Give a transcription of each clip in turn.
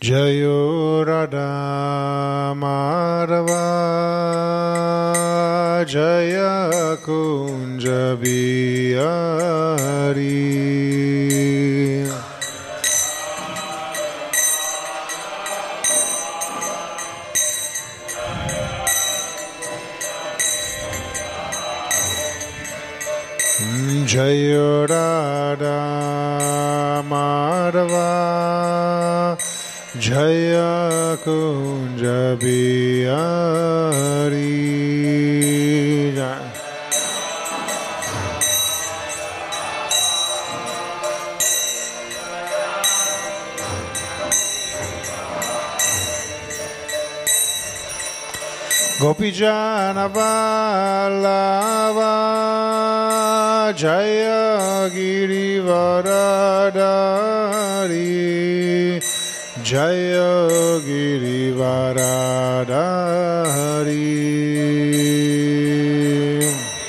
Jayo Radha Madhava Jaya Kunja Bihari. Jayo Radha Madhava Jaya Kunja Bihari. Gopijana Vallabha Jaya Girivaradhari. Jaya Girivaradhari.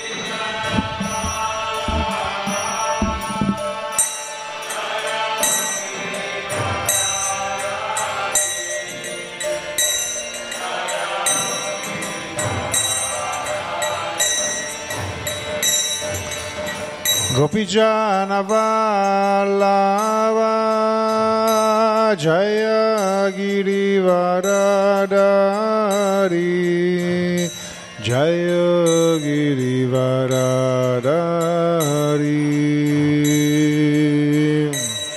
Gopijana Vallabha Jaya Girivaradhari. Jaya Girivaradhari.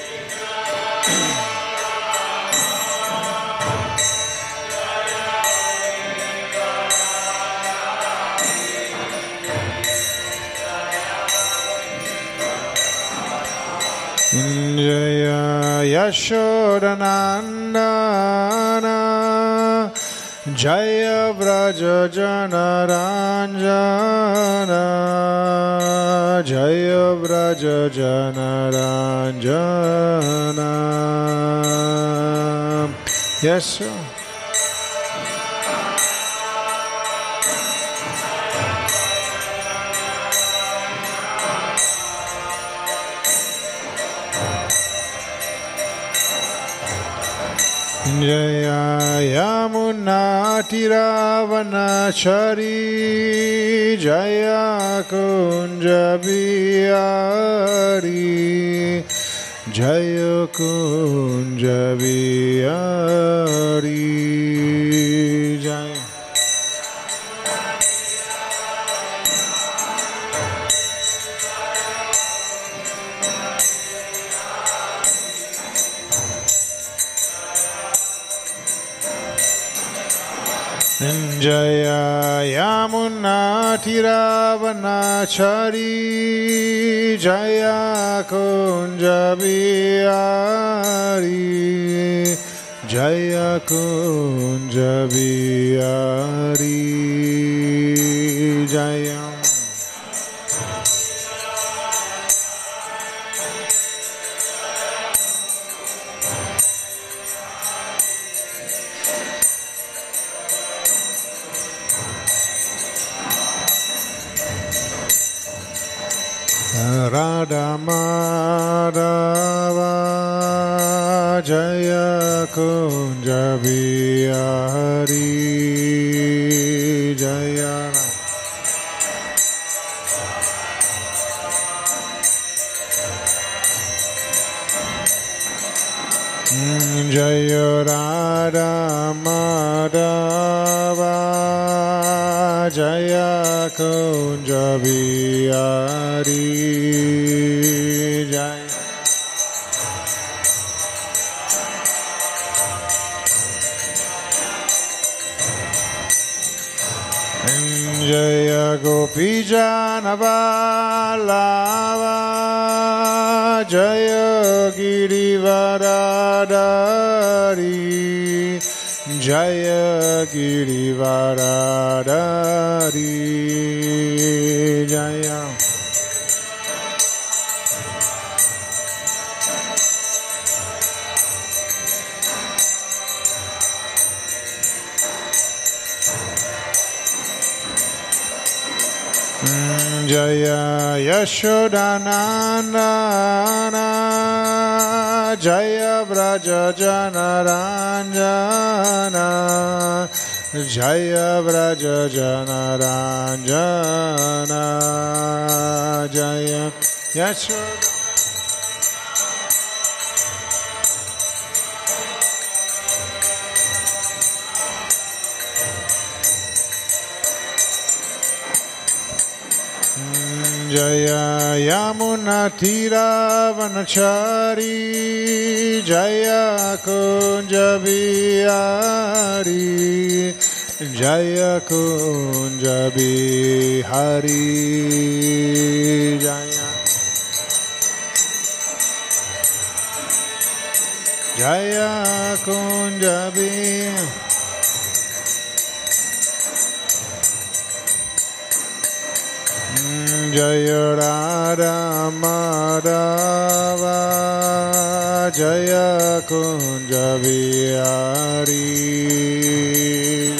Jaya Yashodanandana Jaya Vraja Janaranjana. Jaya Vraja Janaranjana. Yes, sir. Jaya Yamuna Tiravanachari. Jaya Kunja Bihari. Jaya Kunja Bihari. Jaya Jaya Yamuna Tiravanachari. Jaya Kunja Bihari. Jaya Kunja Bihari. Jaya Radha Madhava Jaya Kunja Bihari. Jaya Jaya Radha Madhava Jaya Kunja Bihari. Jaya Jaya Gopijana Vallabha Jaya Girivaradhari. Jaya Girivaradhari. Jaya Jaya Yashodanandana Jaya Vraja Janaranjana Jaya Vraja Janaranjana Jaya Yashodanandana Jaya Yamuna Tira Vanachari Jaya Kunja Bihari Jaya Kunja Bihari Jaya Kunja Bihari Jaya Radha Madhava Jaya Kunja Bihari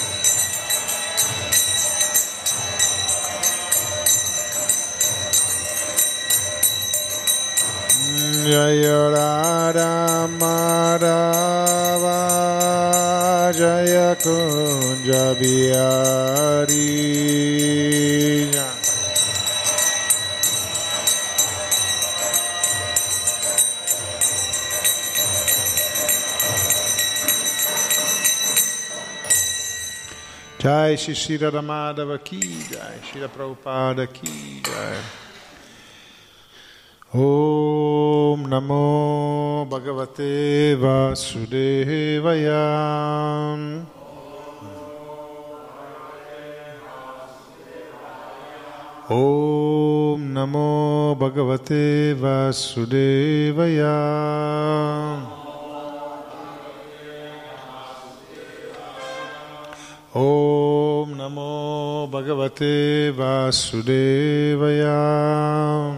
Jaya Radha Madhava Jaya Kunja Bihari Jai Shri Radha Madhava Ki Jai, Srila Prabhupada Ki Jai. Om Namo Bhagavate Vasudevaya. Om Namo Bhagavate Vasudevaya. Om Namo Bhagavate Vasudevaya.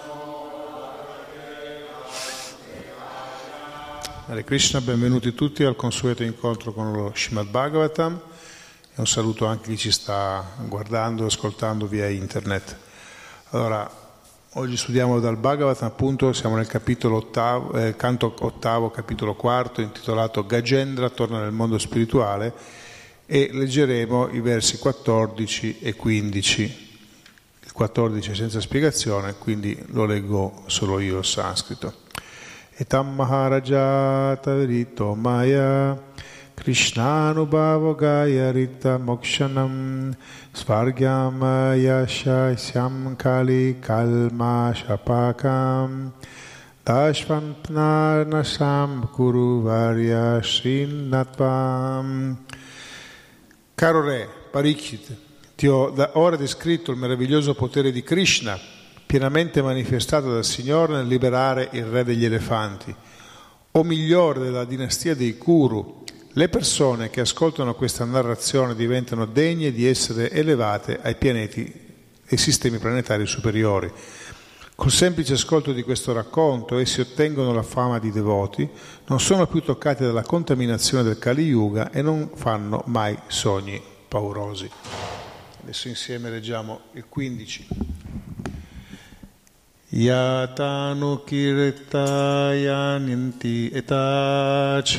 Hare Krishna, benvenuti tutti al consueto incontro con lo Srimad Bhagavatam e un saluto anche a chi ci sta guardando e ascoltando via internet. Allora, oggi studiamo dal Bhagavatam, appunto siamo nel capitolo ottavo, canto ottavo, capitolo quarto, intitolato Gajendra torna nel mondo spirituale, e leggeremo i versi 14 e 15. Il 14 è senza spiegazione, quindi lo leggo solo io il sanscrito. Etam Maharaja Tavirito Maya Krishnanubhavo Gaya Rita Mokshanam Svargyam Yashasyam Kali Kalma Shapakam Dashvantnarnasam Kuru Varya Srinatvam. Caro Re, Parikshit, ti ho ora descritto il meraviglioso potere di Krishna, pienamente manifestato dal Signore nel liberare il re degli elefanti. O migliore della dinastia dei Kuru, le persone che ascoltano questa narrazione diventano degne di essere elevate ai pianeti e sistemi planetari superiori. Col semplice ascolto di questo racconto essi ottengono la fama di devoti, non sono più toccati dalla contaminazione del Kali Yuga e non fanno mai sogni paurosi. Adesso insieme leggiamo il 15. Yatanu kirtaya ninti etach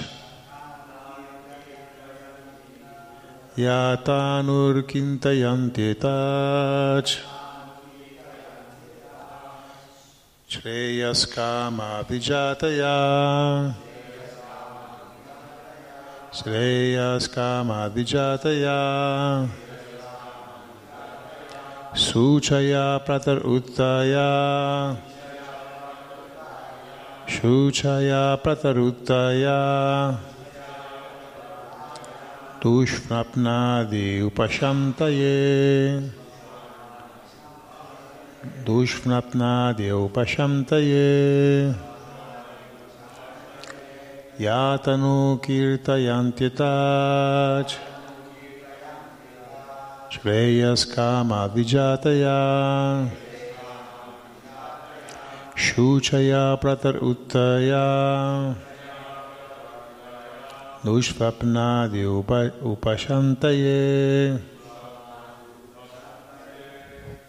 Yatanur kintayanti etach Shreyaskama vijataya Shreyaskama vijataya Suchaya pratar uttaya Shuchaya pratar uttaya Dushvapnadi upashantaye Dushvapnadi upashantaye Yatanu kirtayantyatach Shreyaskama vijataya Shuchaya pratar uttaya Dushvapnadi upashantaye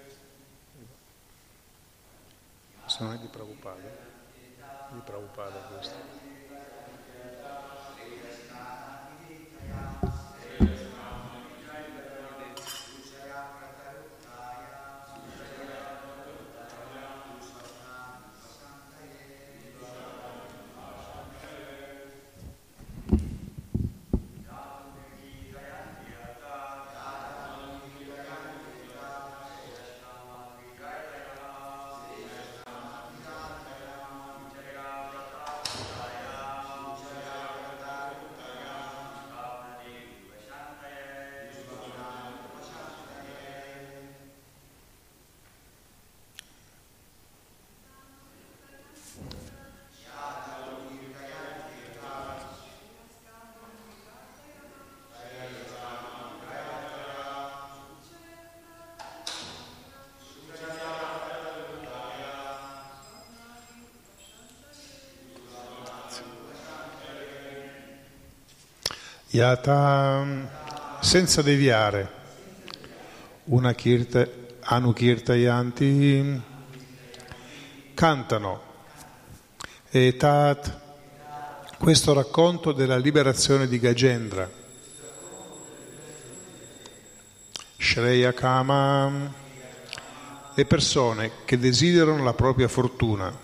Questo non è di Prabhupada? Di Prabhupada questo. Yata, senza deviare, Anukirtayanti, cantano, e Tat, questo racconto della liberazione di Gajendra. Shreya Kama, le persone che desiderano la propria fortuna.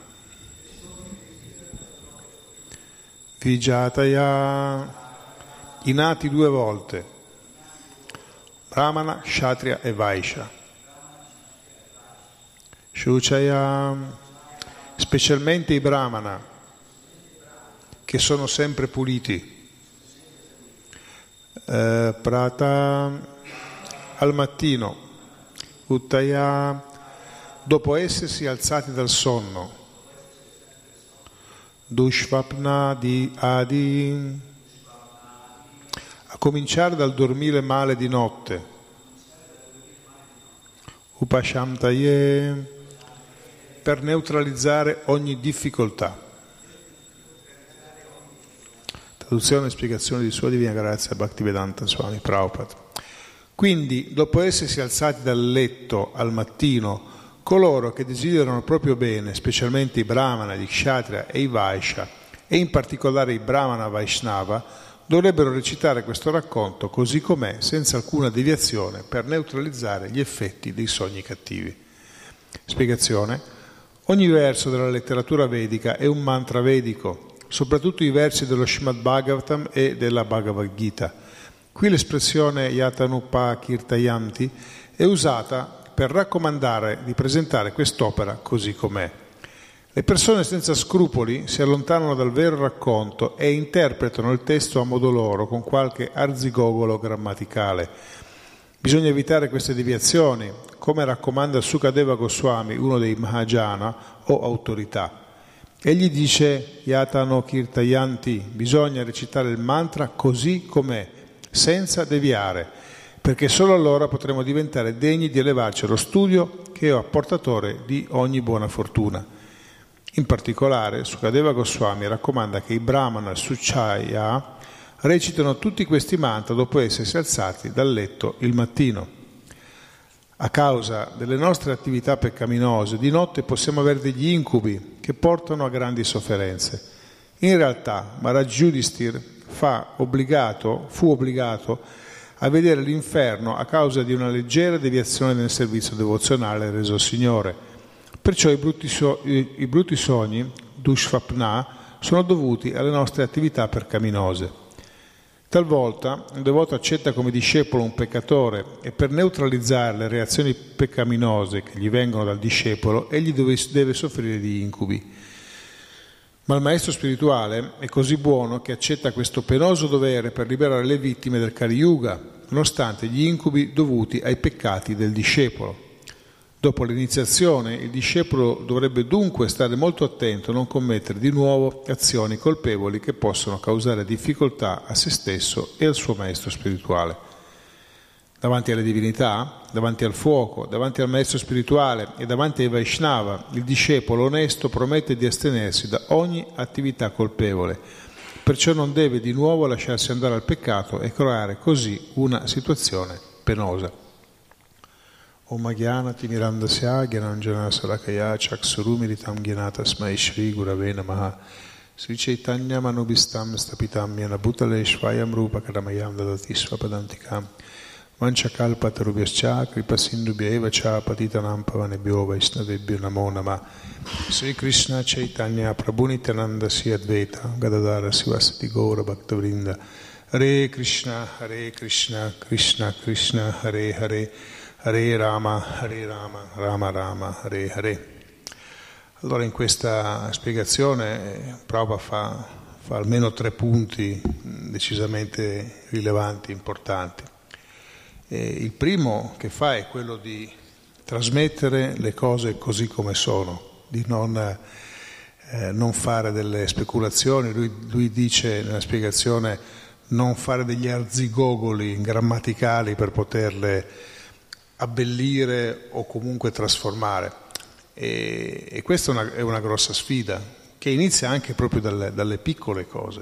Vijataya, i nati due volte, Brahmana, Kshatriya e Vaishya. Shuchaya, specialmente i Brahmana, che sono sempre puliti. Prata, al mattino. Uttaya, dopo essersi alzati dal sonno. Dushvapna di Adi, a cominciare dal dormire male di notte. Upashamtaye, per neutralizzare ogni difficoltà. Traduzione e spiegazione di Sua Divina Grazia Bhaktivedanta Swami Prabhupada. Quindi, dopo essersi alzati dal letto al mattino, coloro che desiderano il proprio bene, specialmente i Brahmana, gli Kshatriya e i Vaishya, e in particolare i Brahmana Vaishnava, dovrebbero recitare questo racconto così com'è, senza alcuna deviazione, per neutralizzare gli effetti dei sogni cattivi. Spiegazione. Ogni verso della letteratura vedica è un mantra vedico, soprattutto i versi dello Srimad Bhagavatam e della Bhagavad Gita. Qui l'espressione Yatanupa Kirtayanti è usata per raccomandare di presentare quest'opera così com'è. Le persone senza scrupoli si allontanano dal vero racconto e interpretano il testo a modo loro, con qualche arzigogolo grammaticale. Bisogna evitare queste deviazioni, come raccomanda Sukadeva Goswami, uno dei Mahajana o autorità. Egli dice, Yatano Kirtayanti, bisogna recitare il mantra così com'è, senza deviare, perché solo allora potremo diventare degni di elevarci allo studio che è portatore di ogni buona fortuna. In particolare, Sukadeva Goswami raccomanda che i Brahmana e Suchaya recitano tutti questi mantra dopo essersi alzati dal letto il mattino. A causa delle nostre attività peccaminose, di notte possiamo avere degli incubi che portano a grandi sofferenze. In realtà, Maharaj Yudhishthira fu obbligato a vedere l'inferno a causa di una leggera deviazione nel servizio devozionale reso al Signore. Perciò i brutti sogni, Dushvapna, sono dovuti alle nostre attività peccaminose. Talvolta un devoto accetta come discepolo un peccatore e per neutralizzare le reazioni peccaminose che gli vengono dal discepolo, egli deve soffrire di incubi. Ma il maestro spirituale è così buono che accetta questo penoso dovere per liberare le vittime del Kali Yuga, nonostante gli incubi dovuti ai peccati del discepolo. Dopo l'iniziazione, il discepolo dovrebbe dunque stare molto attento a non commettere di nuovo azioni colpevoli che possono causare difficoltà a se stesso e al suo maestro spirituale. Davanti alle divinità, davanti al fuoco, davanti al maestro spirituale e davanti ai Vaishnava, il discepolo onesto promette di astenersi da ogni attività colpevole, perciò non deve di nuovo lasciarsi andare al peccato e creare così una situazione penosa. Om Agyanati Mirandasya Gyananjana Sarakaya Chaksurumiritam Gyanatasmai Shri Gurave Namaha Sri Chaitanya Manubhistam Stapitam Yana Bhutale Shvayam Rupa Karamayam Dadati Svapadantikam Vanchakalpatarubhyascha Kripasindubhya Eva Cha Patitanam Pavanebhyo Vaishnavebhyo Namo Namah Sri Krishna Chaitanya Prabhu Nityananda Sri Advaita Gadadara Sivasati Gaura Bhaktavrinda Hare Krishna Krishna Krishna Hare Hare Hare Rama, Rama Rama, Hare Hare. Allora in questa spiegazione Prabhupada fa almeno 3 punti decisamente rilevanti, importanti. Il primo che fa è quello di trasmettere le cose così come sono, di non fare delle speculazioni. Lui dice nella spiegazione non fare degli arzigogoli grammaticali per poterle abbellire o comunque trasformare. E questa è una grossa sfida che inizia anche proprio dalle piccole cose,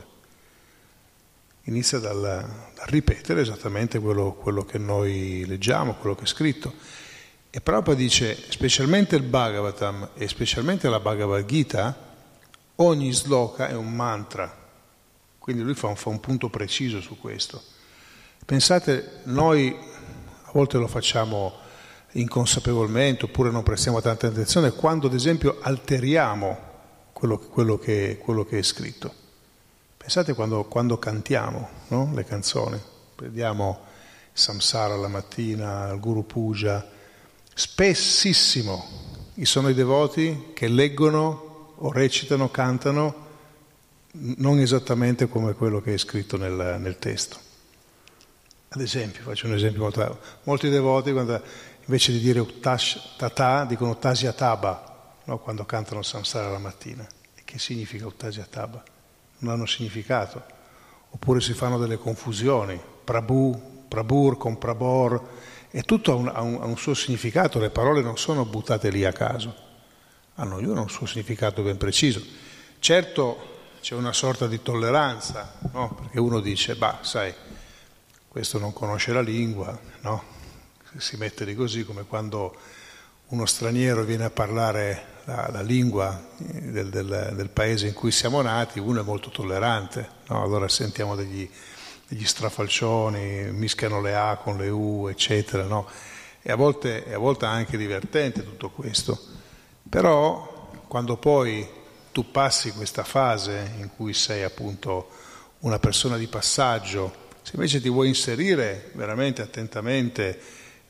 inizia dal ripetere esattamente quello che noi leggiamo, quello che è scritto. E Prabhupada dice, specialmente il Bhagavatam e specialmente la Bhagavad Gita, ogni sloka è un mantra, quindi lui fa un punto preciso su questo. Pensate, noi a volte lo facciamo inconsapevolmente oppure non prestiamo tanta attenzione quando ad esempio alteriamo quello che è scritto. Pensate quando cantiamo, no? Le canzoni, prendiamo Samsara la mattina, il Guru Puja, spessissimo sono i devoti che leggono o recitano, cantano non esattamente come quello che è scritto nel testo. Ad esempio, faccio un esempio molti devoti quando invece di dire Uttash Tata dicono Uttasya Taba, no? Quando cantano Samsara la mattina. E che significa Uttasya Taba? Non hanno significato. Oppure si fanno delle confusioni, Prabhur con Prabor, e tutto ha un suo significato, le parole non sono buttate lì a caso, hanno ognuno un suo significato ben preciso. Certo c'è una sorta di tolleranza, no? Perché uno dice, sai, questo non conosce la lingua, no? Si mette lì così, come quando uno straniero viene a parlare la lingua del paese in cui siamo nati, uno è molto tollerante, no? Allora sentiamo degli strafalcioni, mischiano le A con le U, eccetera, no? E a volte è anche divertente tutto questo. Però quando poi tu passi questa fase in cui sei appunto una persona di passaggio, se invece ti vuoi inserire veramente attentamente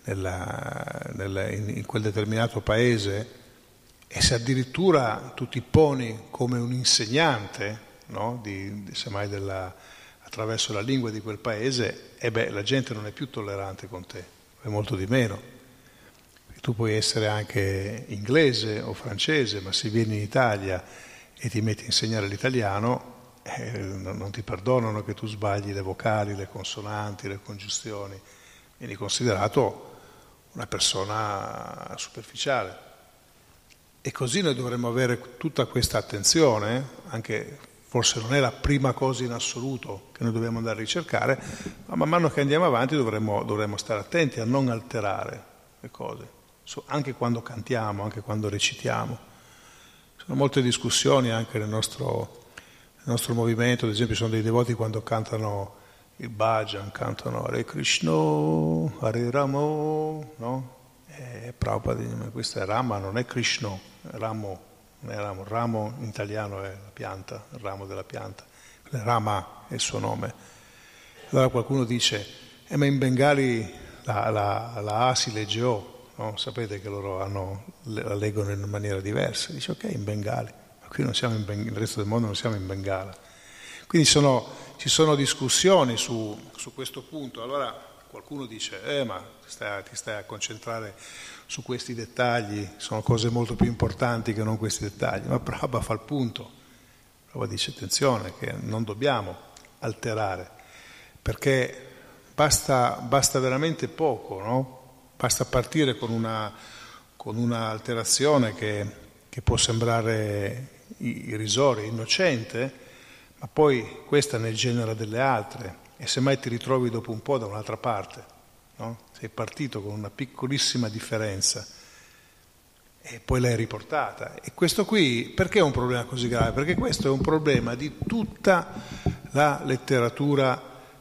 in quel determinato paese, e se addirittura tu ti poni come un insegnante, no? Semmai attraverso la lingua di quel paese, la gente non è più tollerante con te, è molto di meno. Tu puoi essere anche inglese o francese, ma se vieni in Italia e ti metti a insegnare l'italiano, non ti perdonano che tu sbagli le vocali, le consonanti, le congiunzioni. Vieni considerato una persona superficiale. E così noi dovremmo avere tutta questa attenzione, anche forse non è la prima cosa in assoluto che noi dobbiamo andare a ricercare, ma man mano che andiamo avanti dovremmo stare attenti a non alterare le cose, anche quando cantiamo, anche quando recitiamo. Sono molte discussioni anche nel nostro movimento, ad esempio sono dei devoti quando cantano il bhajan, cantano Hare Krishna, Hare Rama, no? Prabhupada dice, ma questo è Rama, non è Krishna, è Ramo, non è Ramo. Ramo in italiano è la pianta, il ramo della pianta. Rama è il suo nome. Allora qualcuno dice, ma in Bengali la A si legge O, no? Sapete che loro la leggono in maniera diversa. Dice, ok, in Bengali, ma qui non siamo nel resto del mondo non siamo in Bengala. Quindi ci sono discussioni su questo punto. Allora qualcuno dice, ma ti stai a concentrare su questi dettagli, sono cose molto più importanti che non questi dettagli. Ma Prabhupada fa il punto. Prabhupada dice, attenzione, che non dobbiamo alterare, perché basta veramente poco, no? Basta partire con una alterazione che può sembrare irrisoria, innocente, ma poi questa ne genera delle altre, e semmai ti ritrovi dopo un po' da un'altra parte, no? Sei partito con una piccolissima differenza e poi l'hai riportata. E questo qui, perché è un problema così grave? Perché questo è un problema di tutta la letteratura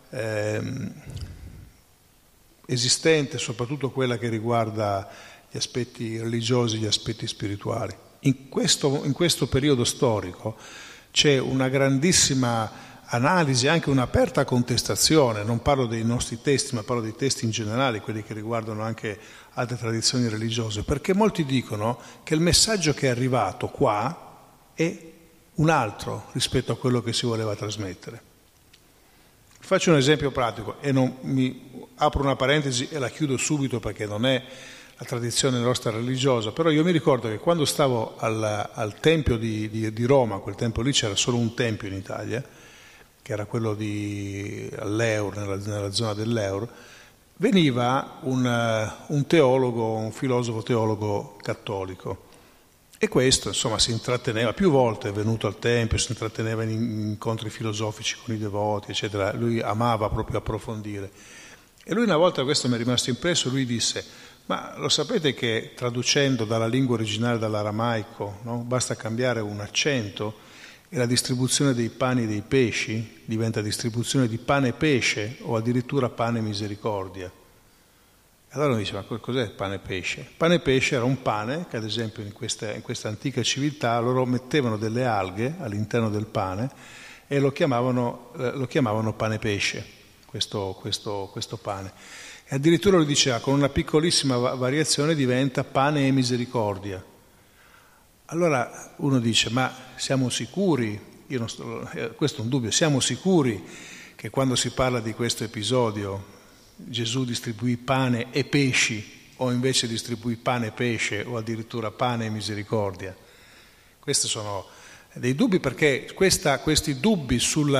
esistente, soprattutto quella che riguarda gli aspetti religiosi, gli aspetti spirituali. In questo periodo storico c'è una grandissima analisi, anche un'aperta contestazione, non parlo dei nostri testi, ma parlo dei testi in generale, quelli che riguardano anche altre tradizioni religiose, perché molti dicono che il messaggio che è arrivato qua è un altro rispetto a quello che si voleva trasmettere. Faccio un esempio pratico e apro una parentesi e la chiudo subito perché non è la tradizione nostra religiosa, però io mi ricordo che quando stavo al Tempio di Roma, quel tempio lì c'era solo un tempio in Italia, che era quello all'Eur, nella zona dell'Eur, veniva un teologo, un filosofo teologo cattolico. E questo, insomma, si intratteneva, più volte è venuto al Tempio, si intratteneva in incontri filosofici con i devoti, eccetera. Lui amava proprio approfondire. E lui una volta, questo mi è rimasto impresso, lui disse: ma lo sapete che traducendo dalla lingua originale, dall'aramaico, no? Basta cambiare un accento e la distribuzione dei pani e dei pesci diventa distribuzione di pane e pesce o addirittura pane e misericordia. Allora uno dice: ma cos'è pane e pesce? Pane e pesce era un pane che ad esempio in questa antica civiltà loro mettevano delle alghe all'interno del pane e lo chiamavano pane e pesce, questo pane. E addirittura lui diceva con una piccolissima variazione diventa pane e misericordia. Allora uno dice: ma siamo sicuri, questo è un dubbio, siamo sicuri che quando si parla di questo episodio Gesù distribuì pane e pesci o invece distribuì pane e pesce o addirittura pane e misericordia? Questi sono dei dubbi, perché questi dubbi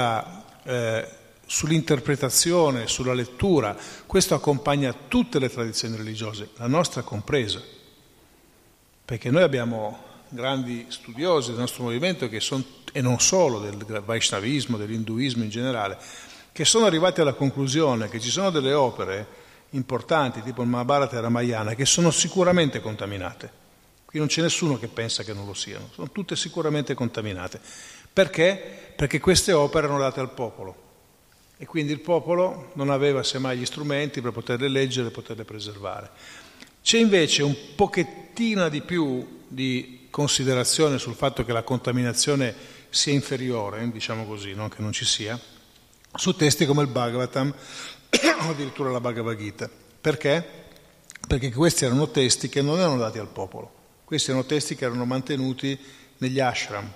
sull'interpretazione, sulla lettura, questo accompagna tutte le tradizioni religiose, la nostra compresa, perché noi abbiamo grandi studiosi del nostro movimento e non solo del Vaishnavismo, dell'induismo in generale, che sono arrivati alla conclusione che ci sono delle opere importanti tipo il Mahabharata e il Ramayana che sono sicuramente contaminate. Qui non c'è nessuno che pensa che non lo siano, sono tutte sicuramente contaminate. Perché? Perché queste opere erano date al popolo e quindi il popolo non aveva semmai gli strumenti per poterle leggere e poterle preservare. C'è invece un pochettino di più di considerazione sul fatto che la contaminazione sia inferiore, diciamo così, non che non ci sia, su testi come il Bhagavatam o addirittura la Bhagavad Gita. Perché? Perché questi erano testi che non erano dati al popolo, questi erano testi che erano mantenuti negli ashram,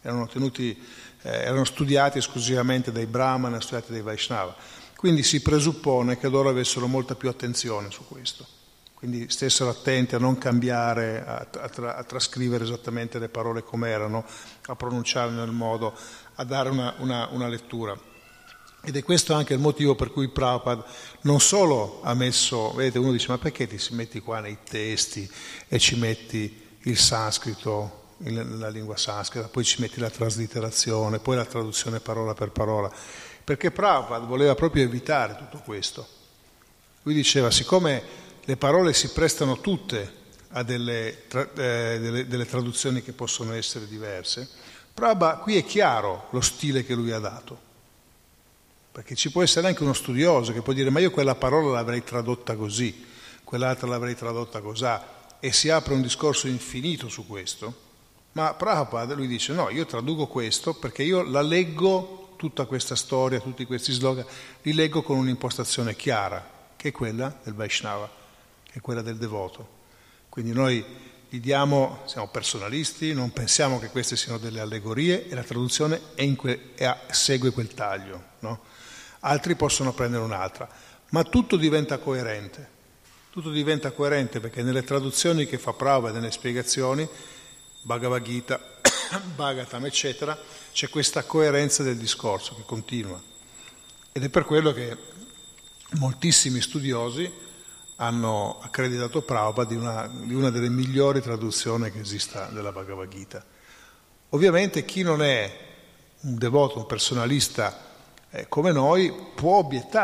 erano studiati esclusivamente dai Brahmana, studiati dai Vaishnava, quindi si presuppone che loro avessero molta più attenzione su questo. Quindi stessero attenti a non cambiare, a trascrivere esattamente le parole come erano, a pronunciarle nel modo, a dare una lettura. Ed è questo anche il motivo per cui Prabhupada non solo ha messo, vedete, uno dice: ma perché ti metti qua nei testi e ci metti il sanscrito, la lingua sanscrita, poi ci metti la traslitterazione, poi la traduzione parola per parola? Perché Prabhupada voleva proprio evitare tutto questo. Lui diceva: siccome le parole si prestano tutte a delle traduzioni che possono essere diverse, Prabhupada, qui è chiaro lo stile che lui ha dato, perché ci può essere anche uno studioso che può dire: ma io quella parola l'avrei tradotta così, quell'altra l'avrei tradotta cosà, e si apre un discorso infinito su questo. Ma Prabhupada, lui dice: no, io traduco questo perché io la leggo, tutta questa storia, tutti questi slogan, li leggo con un'impostazione chiara, che è quella del Vaishnava, che è quella del devoto. Quindi noi siamo personalisti, non pensiamo che queste siano delle allegorie e la traduzione segue quel taglio, no? Altri possono prendere un'altra, ma tutto diventa coerente. Tutto diventa coerente perché nelle traduzioni che fa Prabhupada, nelle spiegazioni, Bhagavad Gita, Bhagavatam, eccetera, c'è questa coerenza del discorso che continua. Ed è per quello che moltissimi studiosi hanno accreditato Prabhupada di una delle migliori traduzioni che esista della Bhagavad Gita. Ovviamente chi non è un devoto, un personalista come noi, può obiettare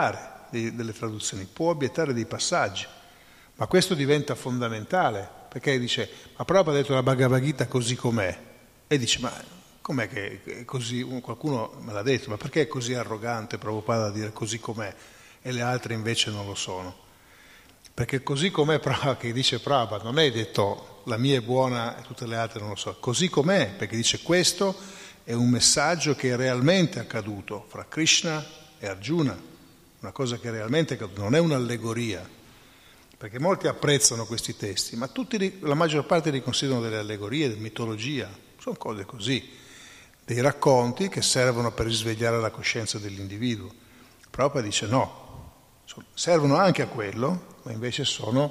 delle traduzioni, può obiettare dei passaggi, ma questo diventa fondamentale, perché dice, ma Prabhupada ha detto la Bhagavad Gita così com'è, e dice, ma com'è che è così, qualcuno me l'ha detto, ma perché è così arrogante Prabhupada a dire così com'è e le altre invece non lo sono? Perché così com'è che dice Prabhupada, non è detto la mia è buona e tutte le altre non lo so, così com'è, perché dice questo è un messaggio che è realmente accaduto fra Krishna e Arjuna, una cosa che è realmente accaduta, non è un'allegoria, perché molti apprezzano questi testi, ma la maggior parte li considerano delle allegorie, della mitologia, sono cose così, dei racconti che servono per risvegliare la coscienza dell'individuo. Prabhupada dice no, servono anche a quello, ma invece sono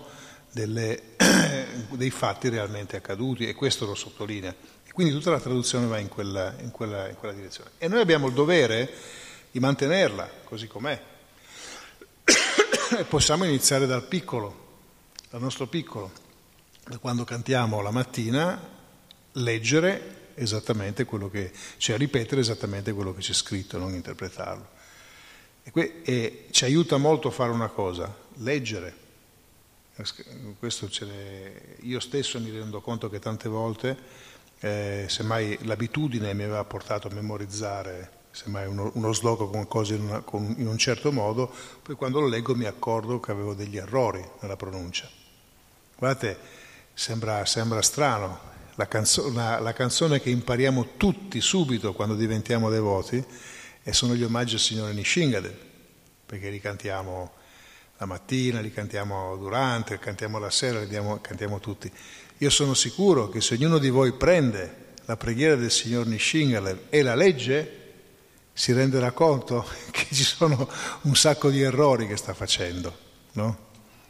dei fatti realmente accaduti, e questo lo sottolinea. E quindi tutta la traduzione va in quella direzione. E noi abbiamo il dovere di mantenerla così com'è. E possiamo iniziare dal nostro piccolo, da quando cantiamo la mattina, leggere esattamente quello che, cioè ripetere esattamente quello che c'è scritto, non interpretarlo. E ci aiuta molto a fare una cosa, leggere. Questo io stesso mi rendo conto che tante volte, semmai l'abitudine mi aveva portato a memorizzare semmai uno slogan con cose in un certo modo, poi quando lo leggo mi accorgo che avevo degli errori nella pronuncia. Guardate, sembra strano, la canzone che impariamo tutti subito quando diventiamo devoti, e sono gli omaggi al Signore Nishingadev, perché li cantiamo la mattina, li cantiamo durante, li cantiamo la sera, li cantiamo tutti. Io sono sicuro che se ognuno di voi prende la preghiera del Signor Nishingadev e la legge, si renderà conto che ci sono un sacco di errori che sta facendo, no?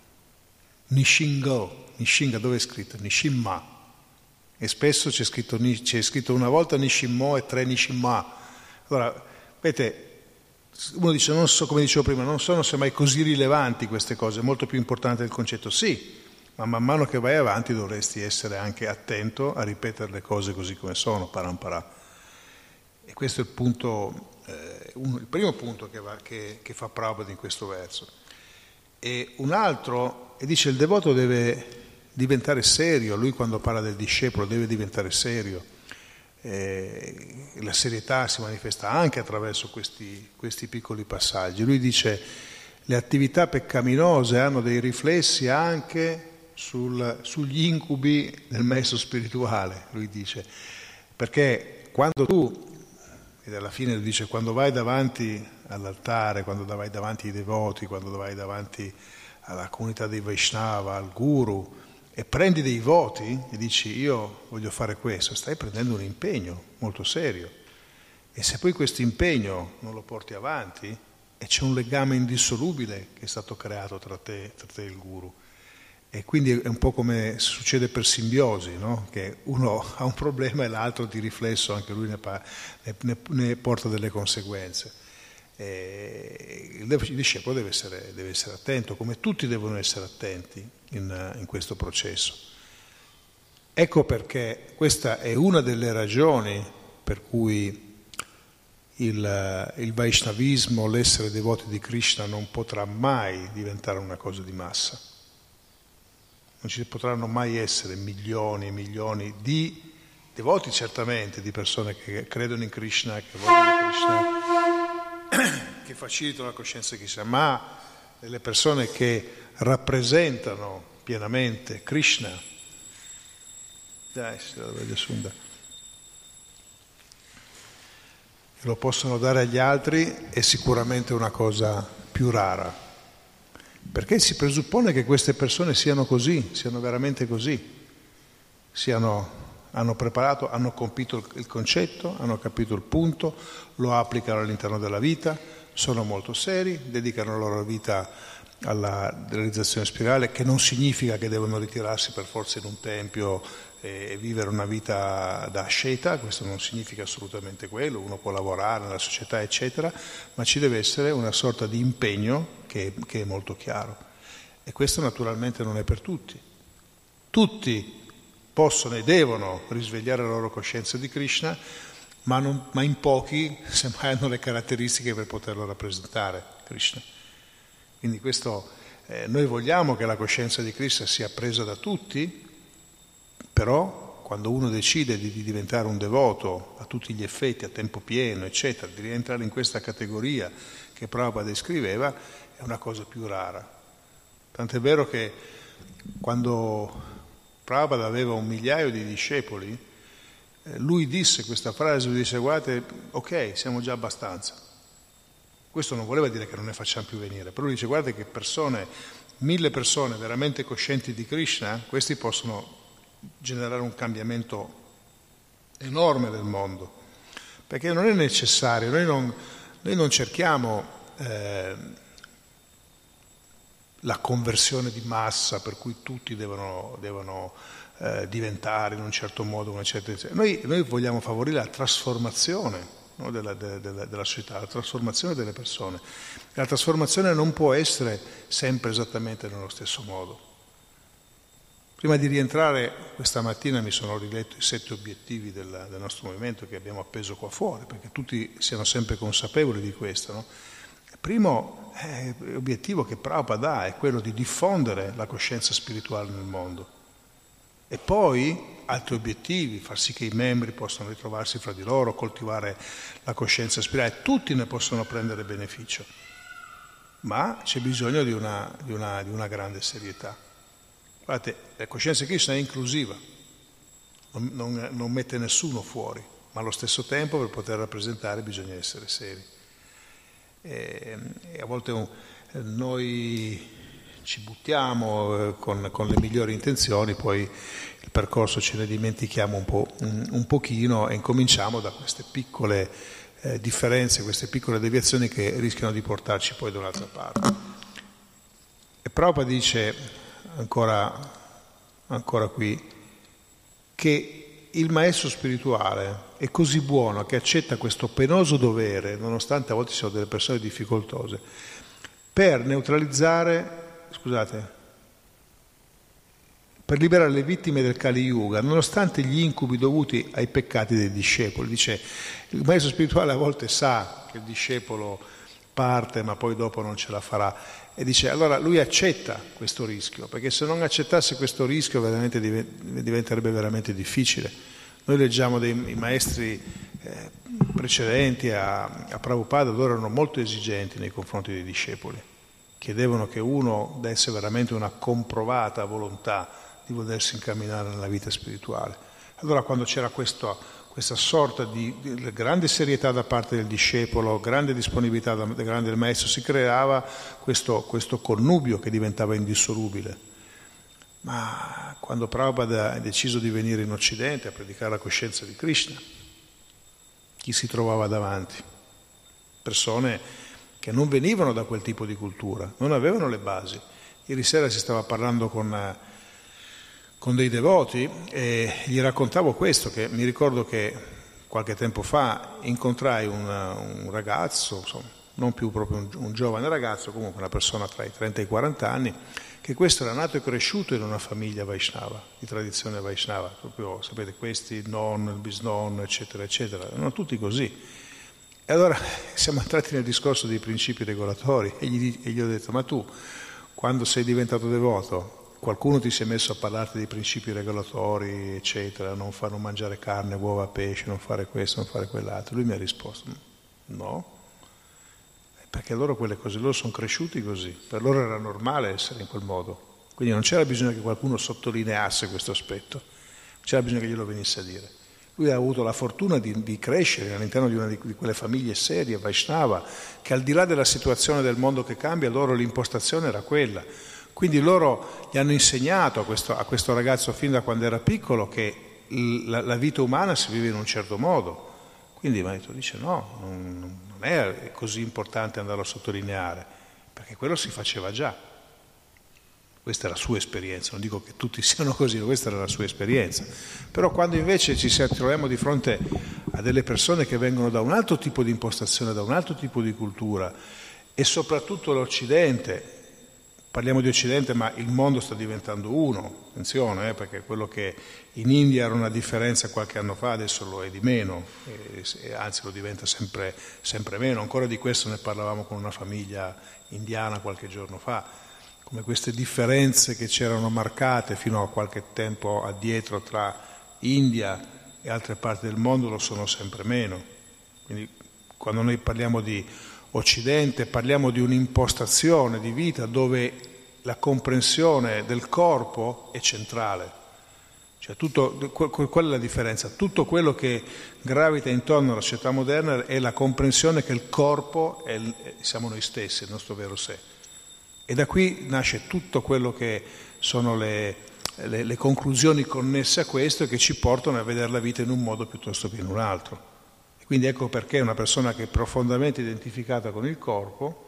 Nishinga dove è scritto? Nishimma. E spesso c'è scritto una volta Nishimmo e 3 Nishimma. Allora, vedete, uno dice, non so, come dicevo prima, non sono semmai così rilevanti queste cose, è molto più importante il concetto, sì, ma man mano che vai avanti dovresti essere anche attento a ripetere le cose così come sono, paramparà. E questo è il punto, il primo punto che fa Prabhupada in questo verso. E un altro, e dice il devoto deve diventare serio, lui quando parla del discepolo deve diventare serio. La serietà si manifesta anche attraverso questi piccoli passaggi. Lui dice le attività peccaminose hanno dei riflessi anche sugli incubi del maestro spirituale, lui dice, perché quando tu, ed alla fine lui dice, quando vai davanti all'altare, quando vai davanti ai devoti, quando vai davanti alla comunità dei Vaishnava, al guru, e prendi dei voti e dici io voglio fare questo, stai prendendo un impegno molto serio, e se poi questo impegno non lo porti avanti, e c'è un legame indissolubile che è stato creato tra te e il guru, e quindi è un po' come succede per simbiosi, no? Che uno ha un problema e l'altro di riflesso anche lui ne porta delle conseguenze. Il discepolo deve essere attento, come tutti devono essere attenti in questo processo. Ecco perché questa è una delle ragioni per cui il Vaishnavismo, l'essere devoti di Krishna, non potrà mai diventare una cosa di massa. Non ci potranno mai essere milioni e milioni di devoti, certamente, di persone che credono in Krishna, che vogliono Krishna, che facilitano la coscienza di Krishna, ma delle persone che rappresentano pienamente Krishna, lo possono dare agli altri, è sicuramente una cosa più rara, perché si presuppone che queste persone siano così, siano veramente così, hanno preparato, hanno compito il concetto, hanno capito il punto, lo applicano all'interno della vita, sono molto seri, dedicano la loro vita alla realizzazione spirituale, che non significa che devono ritirarsi per forza in un tempio e vivere una vita da asceta, questo non significa assolutamente quello, uno può lavorare nella società eccetera, ma ci deve essere una sorta di impegno che è molto chiaro, e questo naturalmente non è per tutti. Tutti possono e devono risvegliare la loro coscienza di Krishna, ma in pochi semmai hanno le caratteristiche per poterlo rappresentare Krishna. Quindi questo, noi vogliamo che la coscienza di Krishna sia presa da tutti, però quando uno decide di diventare un devoto a tutti gli effetti, a tempo pieno, eccetera, di rientrare in questa categoria che Prabhupada descriveva, è una cosa più rara. Tant'è vero che quando Prabhupada aveva 1 migliaio di discepoli, lui disse questa frase, lui disse: guardate, ok, siamo già abbastanza. Questo non voleva dire che non ne facciamo più venire, però lui dice: guardate che 1000 persone veramente coscienti di Krishna, questi possono generare un cambiamento enorme del mondo, perché non è necessario, noi non cerchiamo la conversione di massa per cui tutti devono diventare in un certo modo, eccetera. Noi vogliamo favorire la trasformazione, no, della società, la trasformazione delle persone. La trasformazione non può essere sempre esattamente nello stesso modo. Prima di rientrare questa mattina mi sono riletto i 7 obiettivi del nostro movimento che abbiamo appeso qua fuori, perché tutti siano sempre consapevoli di questo, no? Il primo obiettivo che Prabhupada dà è quello di diffondere la coscienza spirituale nel mondo. E poi altri obiettivi, far sì che i membri possano ritrovarsi fra di loro, coltivare la coscienza spirituale, tutti ne possono prendere beneficio, ma c'è bisogno di una grande serietà. Guardate, la coscienza di Krishna è inclusiva, non mette nessuno fuori, ma allo stesso tempo per poter rappresentare bisogna essere seri. E a volte noi ci buttiamo con le migliori intenzioni, poi il percorso ce ne dimentichiamo un pochino e incominciamo da queste piccole differenze, queste piccole deviazioni che rischiano di portarci poi da un'altra parte. E Prabhupada dice ancora qui che il maestro spirituale è così buono che accetta questo penoso dovere, nonostante a volte siano delle persone difficoltose, per per liberare le vittime del Kali Yuga, nonostante gli incubi dovuti ai peccati dei discepoli. Dice, il maestro spirituale a volte sa che il discepolo parte ma poi dopo non ce la farà, e dice allora lui accetta questo rischio, perché se non accettasse questo rischio veramente diventerebbe veramente difficile. Noi leggiamo dei maestri precedenti a Prabhupada, loro erano molto esigenti nei confronti dei discepoli, chiedevano che uno desse veramente una comprovata volontà di volersi incamminare nella vita spirituale. Allora quando c'era questa sorta di grande serietà da parte del discepolo, grande disponibilità da parte del maestro, si creava questo connubio che diventava indissolubile. Ma quando Prabhupada ha deciso di venire in Occidente a predicare la coscienza di Krishna, chi si trovava davanti? Persone che non venivano da quel tipo di cultura, non avevano le basi. Ieri sera si stava parlando con dei devoti e gli raccontavo questo, che mi ricordo che qualche tempo fa incontrai un ragazzo, insomma, non più proprio un giovane ragazzo, comunque una persona tra i 30 e i 40 anni, che questo era nato e cresciuto in una famiglia Vaishnava, di tradizione Vaishnava, proprio, sapete, questi, il nonno, il bisnonno, eccetera, eccetera, erano tutti così. E allora siamo entrati nel discorso dei principi regolatori e gli ho detto, ma tu, quando sei diventato devoto, qualcuno ti si è messo a parlarti dei principi regolatori, eccetera, non mangiare carne, uova, pesce, non fare questo, non fare quell'altro? Lui mi ha risposto, no, perché loro quelle cose, loro sono cresciuti così, per loro era normale essere in quel modo, quindi non c'era bisogno che qualcuno sottolineasse questo aspetto, non c'era bisogno che glielo venisse a dire. Lui ha avuto la fortuna di crescere all'interno di una di quelle famiglie serie, Vaishnava, che al di là della situazione del mondo che cambia, loro l'impostazione era quella. Quindi loro gli hanno insegnato a questo ragazzo fin da quando era piccolo che la vita umana si vive in un certo modo. Quindi il marito dice no, non è così importante andarlo a sottolineare, perché quello si faceva già. Questa è la sua esperienza, non dico che tutti siano così, questa era la sua esperienza. Però quando invece ci troviamo di fronte a delle persone che vengono da un altro tipo di impostazione, da un altro tipo di cultura, e soprattutto l'Occidente, Parliamo di Occidente, ma il mondo sta diventando uno, attenzione, perché quello che in India era una differenza qualche anno fa, adesso lo è di meno, e anzi lo diventa sempre meno. Ancora di questo ne parlavamo con una famiglia indiana qualche giorno fa, come queste differenze che c'erano marcate fino a qualche tempo addietro tra India e altre parti del mondo lo sono sempre meno. Quindi quando noi parliamo di Occidente parliamo di un'impostazione di vita dove la comprensione del corpo è centrale. Cioè qual è la differenza? Tutto quello che gravita intorno alla società moderna è la comprensione che il corpo siamo noi stessi, il nostro vero sé. E da qui nasce tutto quello che sono le conclusioni connesse a questo e che ci portano a vedere la vita in un modo piuttosto che in un altro. E quindi ecco perché una persona che è profondamente identificata con il corpo,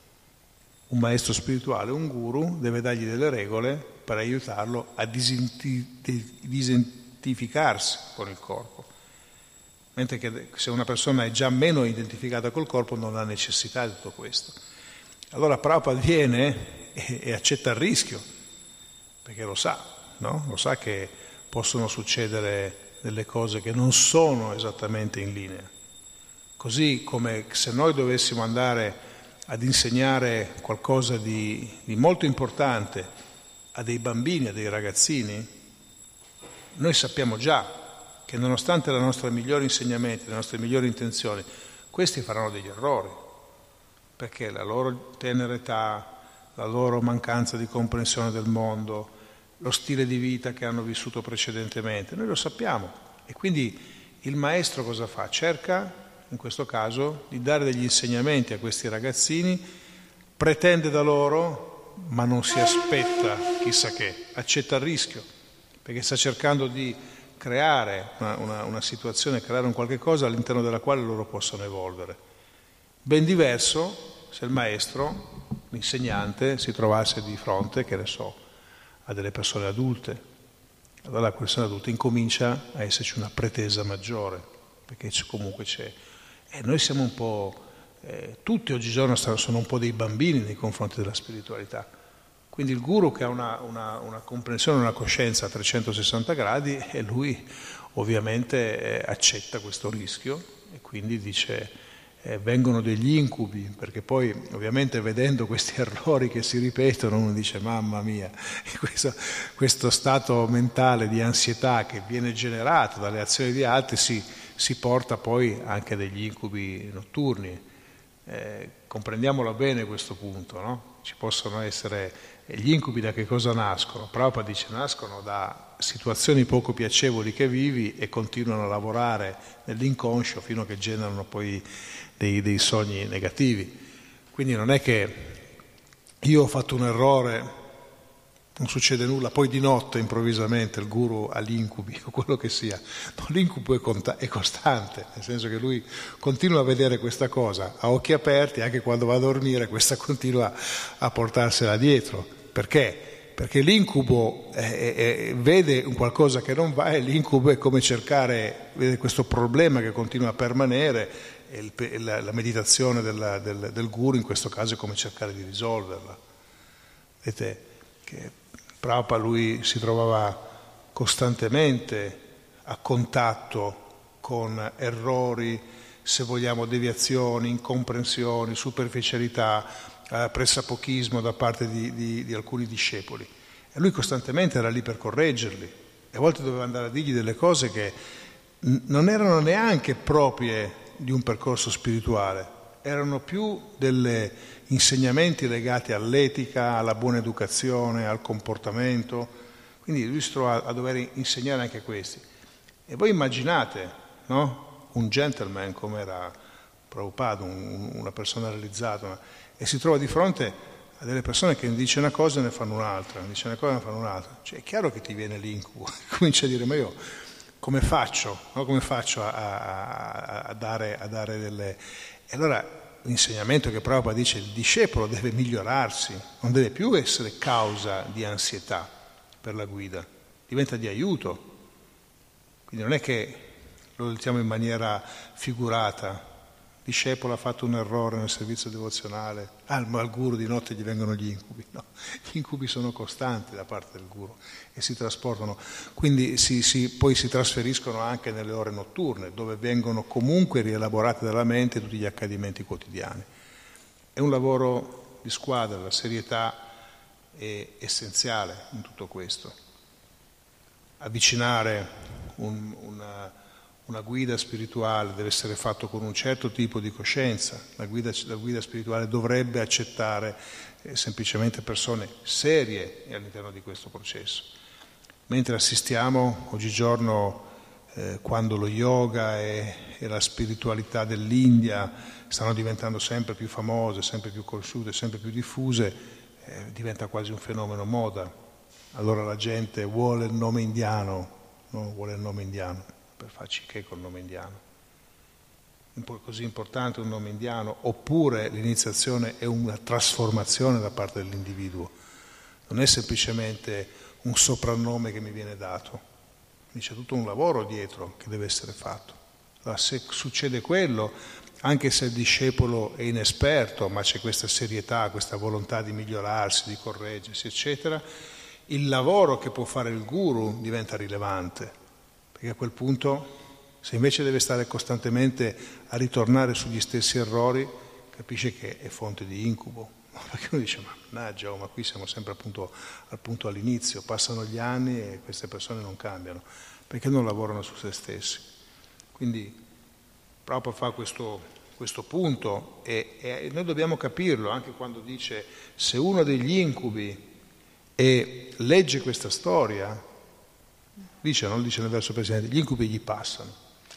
un maestro spirituale, un guru, deve dargli delle regole per aiutarlo a disidentificarsi con il corpo. Mentre che se una persona è già meno identificata col corpo non ha necessità di tutto questo. Allora Prabhupada viene e accetta il rischio, perché lo sa, no? Lo sa che possono succedere delle cose che non sono esattamente in linea. Così come se noi dovessimo andare ad insegnare qualcosa di molto importante a dei bambini, a dei ragazzini, noi sappiamo già che nonostante i nostri migliori insegnamenti, le nostre migliori intenzioni, questi faranno degli errori, perché la loro tenera età, la loro mancanza di comprensione del mondo, lo stile di vita che hanno vissuto precedentemente, noi lo sappiamo. E quindi il maestro cosa fa? Cerca, in questo caso, di dare degli insegnamenti a questi ragazzini, pretende da loro, ma non si aspetta chissà che, accetta il rischio, perché sta cercando di creare una situazione, creare un qualche cosa all'interno della quale loro possono evolvere. Ben diverso se il maestro, l'insegnante, si trovasse di fronte, che ne so, a delle persone adulte. Allora la persona adulta incomincia a esserci una pretesa maggiore, perché comunque c'è. E noi siamo un po', tutti oggigiorno sono un po' dei bambini nei confronti della spiritualità. Quindi il guru che ha una comprensione, una coscienza a 360 gradi, e lui ovviamente accetta questo rischio e quindi dice vengono degli incubi, perché poi ovviamente vedendo questi errori che si ripetono uno dice mamma mia, questo stato mentale di ansietà che viene generato dalle azioni di altri si porta poi anche degli incubi notturni. Comprendiamolo bene questo punto, no? Ci possono essere gli incubi. Da che cosa nascono? Prabhupada dice nascono da situazioni poco piacevoli che vivi e continuano a lavorare nell'inconscio fino a che generano poi dei sogni negativi. Quindi non è che io ho fatto un errore, non succede nulla, poi di notte improvvisamente il guru ha gli incubi o quello che sia. No, l'incubo è costante, nel senso che lui continua a vedere questa cosa a occhi aperti, anche quando va a dormire questa continua a portarsela dietro. Perché? Perché l'incubo vede un qualcosa che non va, e l'incubo è come vede questo problema che continua a permanere, e la meditazione del guru in questo caso è come cercare di risolverla. Vedete che Prabhupada lui si trovava costantemente a contatto con errori, se vogliamo deviazioni, incomprensioni, superficialità, pressapochismo da parte di alcuni discepoli. E lui costantemente era lì per correggerli. E a volte doveva andare a dirgli delle cose che non erano neanche proprie di un percorso spirituale, erano più degli insegnamenti legati all'etica, alla buona educazione, al comportamento. Quindi lui si trova a dover insegnare anche questi. E voi immaginate, no? Un gentleman come era Prabhupada, una persona realizzata, e si trova di fronte a delle persone che ne dice una cosa e ne fanno un'altra, ne dice una cosa e ne fanno un'altra. Cioè è chiaro che ti viene l'incubo, comincia a dire ma io come faccio? No? Come faccio a dare delle... E allora l'insegnamento che Prabhupada dice, il discepolo deve migliorarsi, non deve più essere causa di ansietà per la guida, diventa di aiuto. Quindi non è che lo diciamo in maniera figurata, discepolo ha fatto un errore nel servizio devozionale, al guru di notte gli vengono gli incubi. No, gli incubi sono costanti da parte del guru e si trasportano, quindi poi si trasferiscono anche nelle ore notturne, dove vengono comunque rielaborati dalla mente tutti gli accadimenti quotidiani. È un lavoro di squadra, la serietà è essenziale in tutto questo. Avvicinare una guida spirituale deve essere fatto con un certo tipo di coscienza. La guida spirituale dovrebbe accettare semplicemente persone serie all'interno di questo processo. Mentre assistiamo oggigiorno, quando lo yoga e la spiritualità dell'India stanno diventando sempre più famose, sempre più conosciute, sempre più diffuse, diventa quasi un fenomeno moda. Allora la gente vuole il nome indiano, no? Vuole il nome indiano. Per farci che col nome indiano? Così importante un nome indiano? Oppure l'iniziazione è una trasformazione da parte dell'individuo? Non è semplicemente un soprannome che mi viene dato, c'è tutto un lavoro dietro che deve essere fatto. Allora, se succede quello, anche se il discepolo è inesperto, ma c'è questa serietà, questa volontà di migliorarsi, di correggersi, eccetera, il lavoro che può fare il guru diventa rilevante. Perché a quel punto, se invece deve stare costantemente a ritornare sugli stessi errori, capisce che è fonte di incubo. Perché uno dice, mannaggia, ma qui siamo sempre al punto all'inizio, passano gli anni e queste persone non cambiano, perché non lavorano su se stessi. Quindi proprio fa questo punto e noi dobbiamo capirlo, anche quando dice, se uno degli incubi e legge questa storia, non dice nel verso precedente, gli incubi gli passano.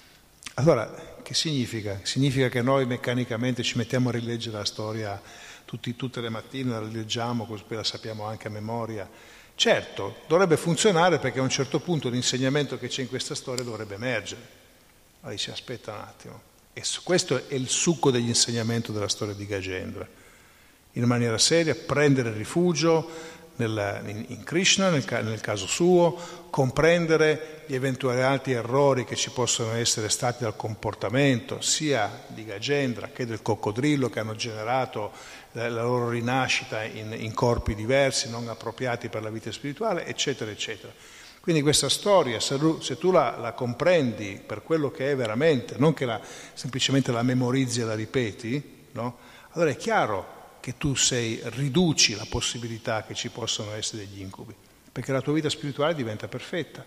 Allora, che significa? Significa che noi meccanicamente ci mettiamo a rileggere la storia tutte le mattine, la rileggiamo, così poi la sappiamo anche a memoria. Certo, dovrebbe funzionare perché a un certo punto l'insegnamento che c'è in questa storia dovrebbe emergere. Ma dice, aspetta un attimo. E questo è il succo dell'insegnamento della storia di Gajendra. In maniera seria, prendere rifugio in Krishna, nel caso suo, comprendere gli eventuali altri errori che ci possono essere stati dal comportamento sia di Gajendra che del coccodrillo, che hanno generato la loro rinascita in corpi diversi, non appropriati per la vita spirituale, eccetera, eccetera. Quindi questa storia, se tu la comprendi per quello che è veramente, non che semplicemente la memorizzi e la ripeti, no? Allora è chiaro che tu riduci la possibilità che ci possano essere degli incubi, perché la tua vita spirituale diventa perfetta.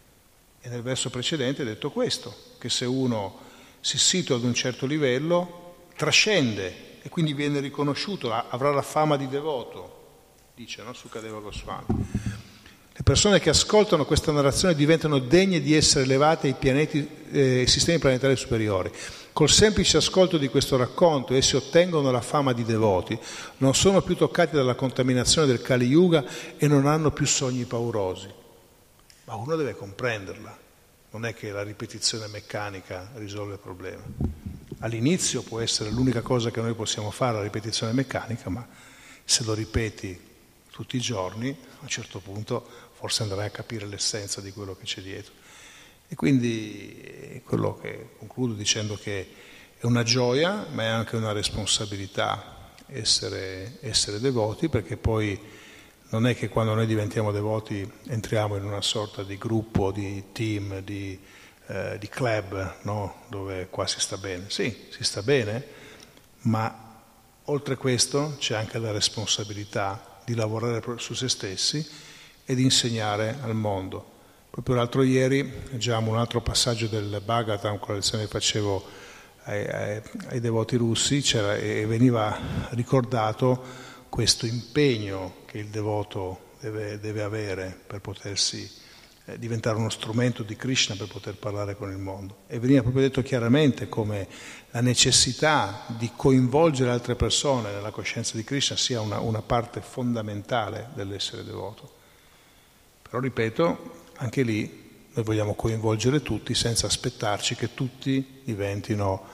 E nel verso precedente è detto questo, che se uno si situa ad un certo livello, trascende e quindi viene riconosciuto, avrà la fama di devoto, dice, no? Sukadeva Goswami. Le persone che ascoltano questa narrazione diventano degne di essere elevate ai sistemi planetari superiori. Col semplice ascolto di questo racconto essi ottengono la fama di devoti, non sono più toccati dalla contaminazione del Kali Yuga e non hanno più sogni paurosi. Ma uno deve comprenderla, non è che la ripetizione meccanica risolve il problema. All'inizio può essere l'unica cosa che noi possiamo fare, la ripetizione meccanica, ma se lo ripeti tutti i giorni, a un certo punto forse andrai a capire l'essenza di quello che c'è dietro. E quindi è quello che concludo dicendo che è una gioia, ma è anche una responsabilità essere devoti, perché poi non è che quando noi diventiamo devoti entriamo in una sorta di gruppo, di team, di club, no? Dove qua si sta bene. Sì, si sta bene, ma oltre questo c'è anche la responsabilità di lavorare su se stessi e di insegnare al mondo. Proprio l'altro ieri leggiamo un altro passaggio del Bhagavatam, con la lezione che facevo ai devoti russi, e veniva ricordato questo impegno che il devoto deve avere per potersi diventare uno strumento di Krishna, per poter parlare con il mondo. E veniva proprio detto chiaramente come la necessità di coinvolgere altre persone nella coscienza di Krishna sia una parte fondamentale dell'essere devoto. Però ripeto, anche lì noi vogliamo coinvolgere tutti senza aspettarci che tutti diventino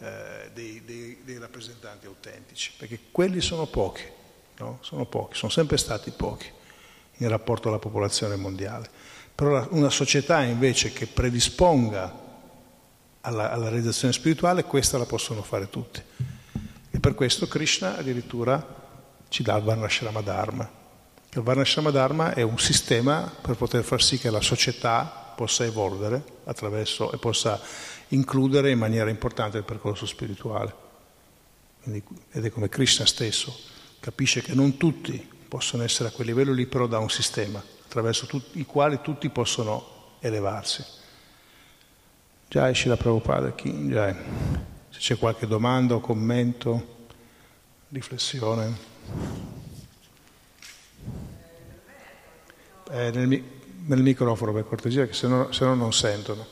dei rappresentanti autentici, perché quelli sono pochi, no? Sono pochi, sono sempre stati pochi in rapporto alla popolazione mondiale. Però una società invece che predisponga alla realizzazione spirituale, questa la possono fare tutti. E per questo Krishna addirittura ci dà il Varnashrama Dharma. Il Varnashrama Dharma è un sistema per poter far sì che la società possa evolvere attraverso e possa includere in maniera importante il percorso spirituale. Quindi, ed è come Krishna stesso capisce che non tutti possono essere a quel livello lì, però dà un sistema attraverso i quali tutti possono elevarsi. Jai Srila Prabhupada, Jai. Se c'è qualche domanda o commento, riflessione. Nel microfono per cortesia, che se no non sentono.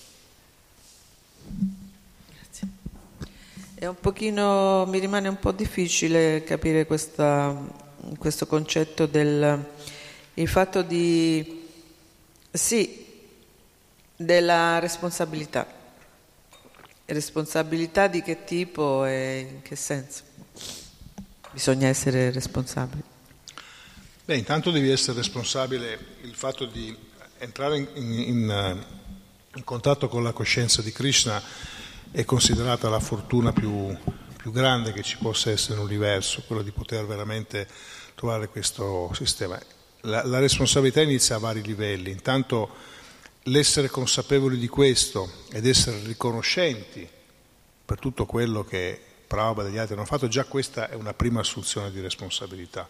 Grazie. È un pochino, mi rimane un po' difficile capire questo concetto il fatto della responsabilità. Responsabilità di che tipo e in che senso? Bisogna essere responsabili. Beh, intanto devi essere responsabile il fatto di entrare in contatto con la coscienza di Krishna è considerata la fortuna più grande che ci possa essere nell'universo, quello di poter veramente trovare questo sistema. La responsabilità inizia a vari livelli. Intanto l'essere consapevoli di questo ed essere riconoscenti per tutto quello che Prabhupada e gli altri hanno fatto, già questa è una prima assunzione di responsabilità.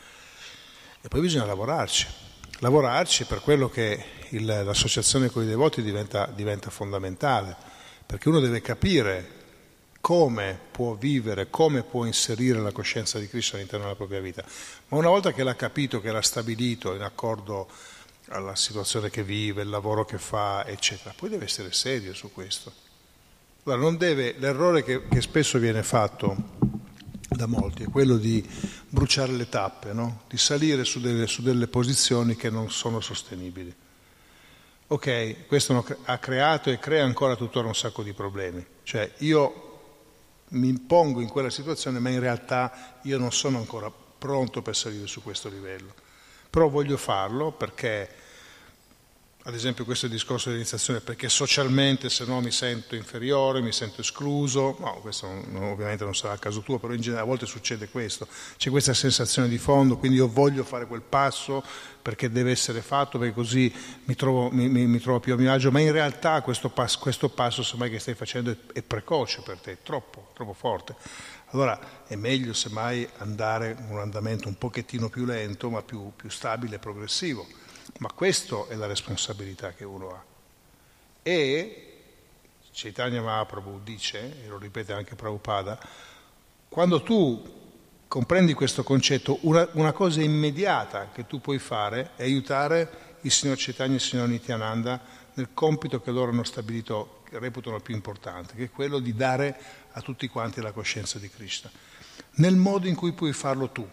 E poi bisogna lavorarci per quello che l'associazione con i devoti diventa fondamentale, perché uno deve capire come può vivere, come può inserire la coscienza di Krishna all'interno della propria vita. Ma una volta che l'ha capito, che l'ha stabilito in accordo alla situazione che vive, il lavoro che fa, eccetera, poi deve essere serio su questo. Allora, l'errore che spesso viene fatto da molti è quello di bruciare le tappe, no? Di salire su delle posizioni che non sono sostenibili. Ok, questo ha creato e crea ancora tuttora un sacco di problemi. Cioè io mi impongo in quella situazione, ma in realtà io non sono ancora pronto per salire su questo livello. Però voglio farlo perché, ad esempio questo è il discorso dell'iniziazione, perché socialmente se no mi sento inferiore, mi sento escluso. No, questo ovviamente non sarà il caso tuo, però in genere a volte succede questo. C'è questa sensazione di fondo, quindi io voglio fare quel passo perché deve essere fatto, perché così mi trovo più a mio agio, ma in realtà questo passo semmai che stai facendo è precoce per te, è troppo forte. Allora è meglio semmai andare un andamento un pochettino più lento, ma più stabile e progressivo. Ma questa è la responsabilità che uno ha. E Chaitanya Mahaprabhu dice, e lo ripete anche Prabhupada, quando tu comprendi questo concetto, una cosa immediata che tu puoi fare è aiutare il signor Chaitanya e il signor Nityananda nel compito che loro hanno stabilito, che reputano il più importante, che è quello di dare a tutti quanti la coscienza di Krishna, nel modo in cui puoi farlo tu.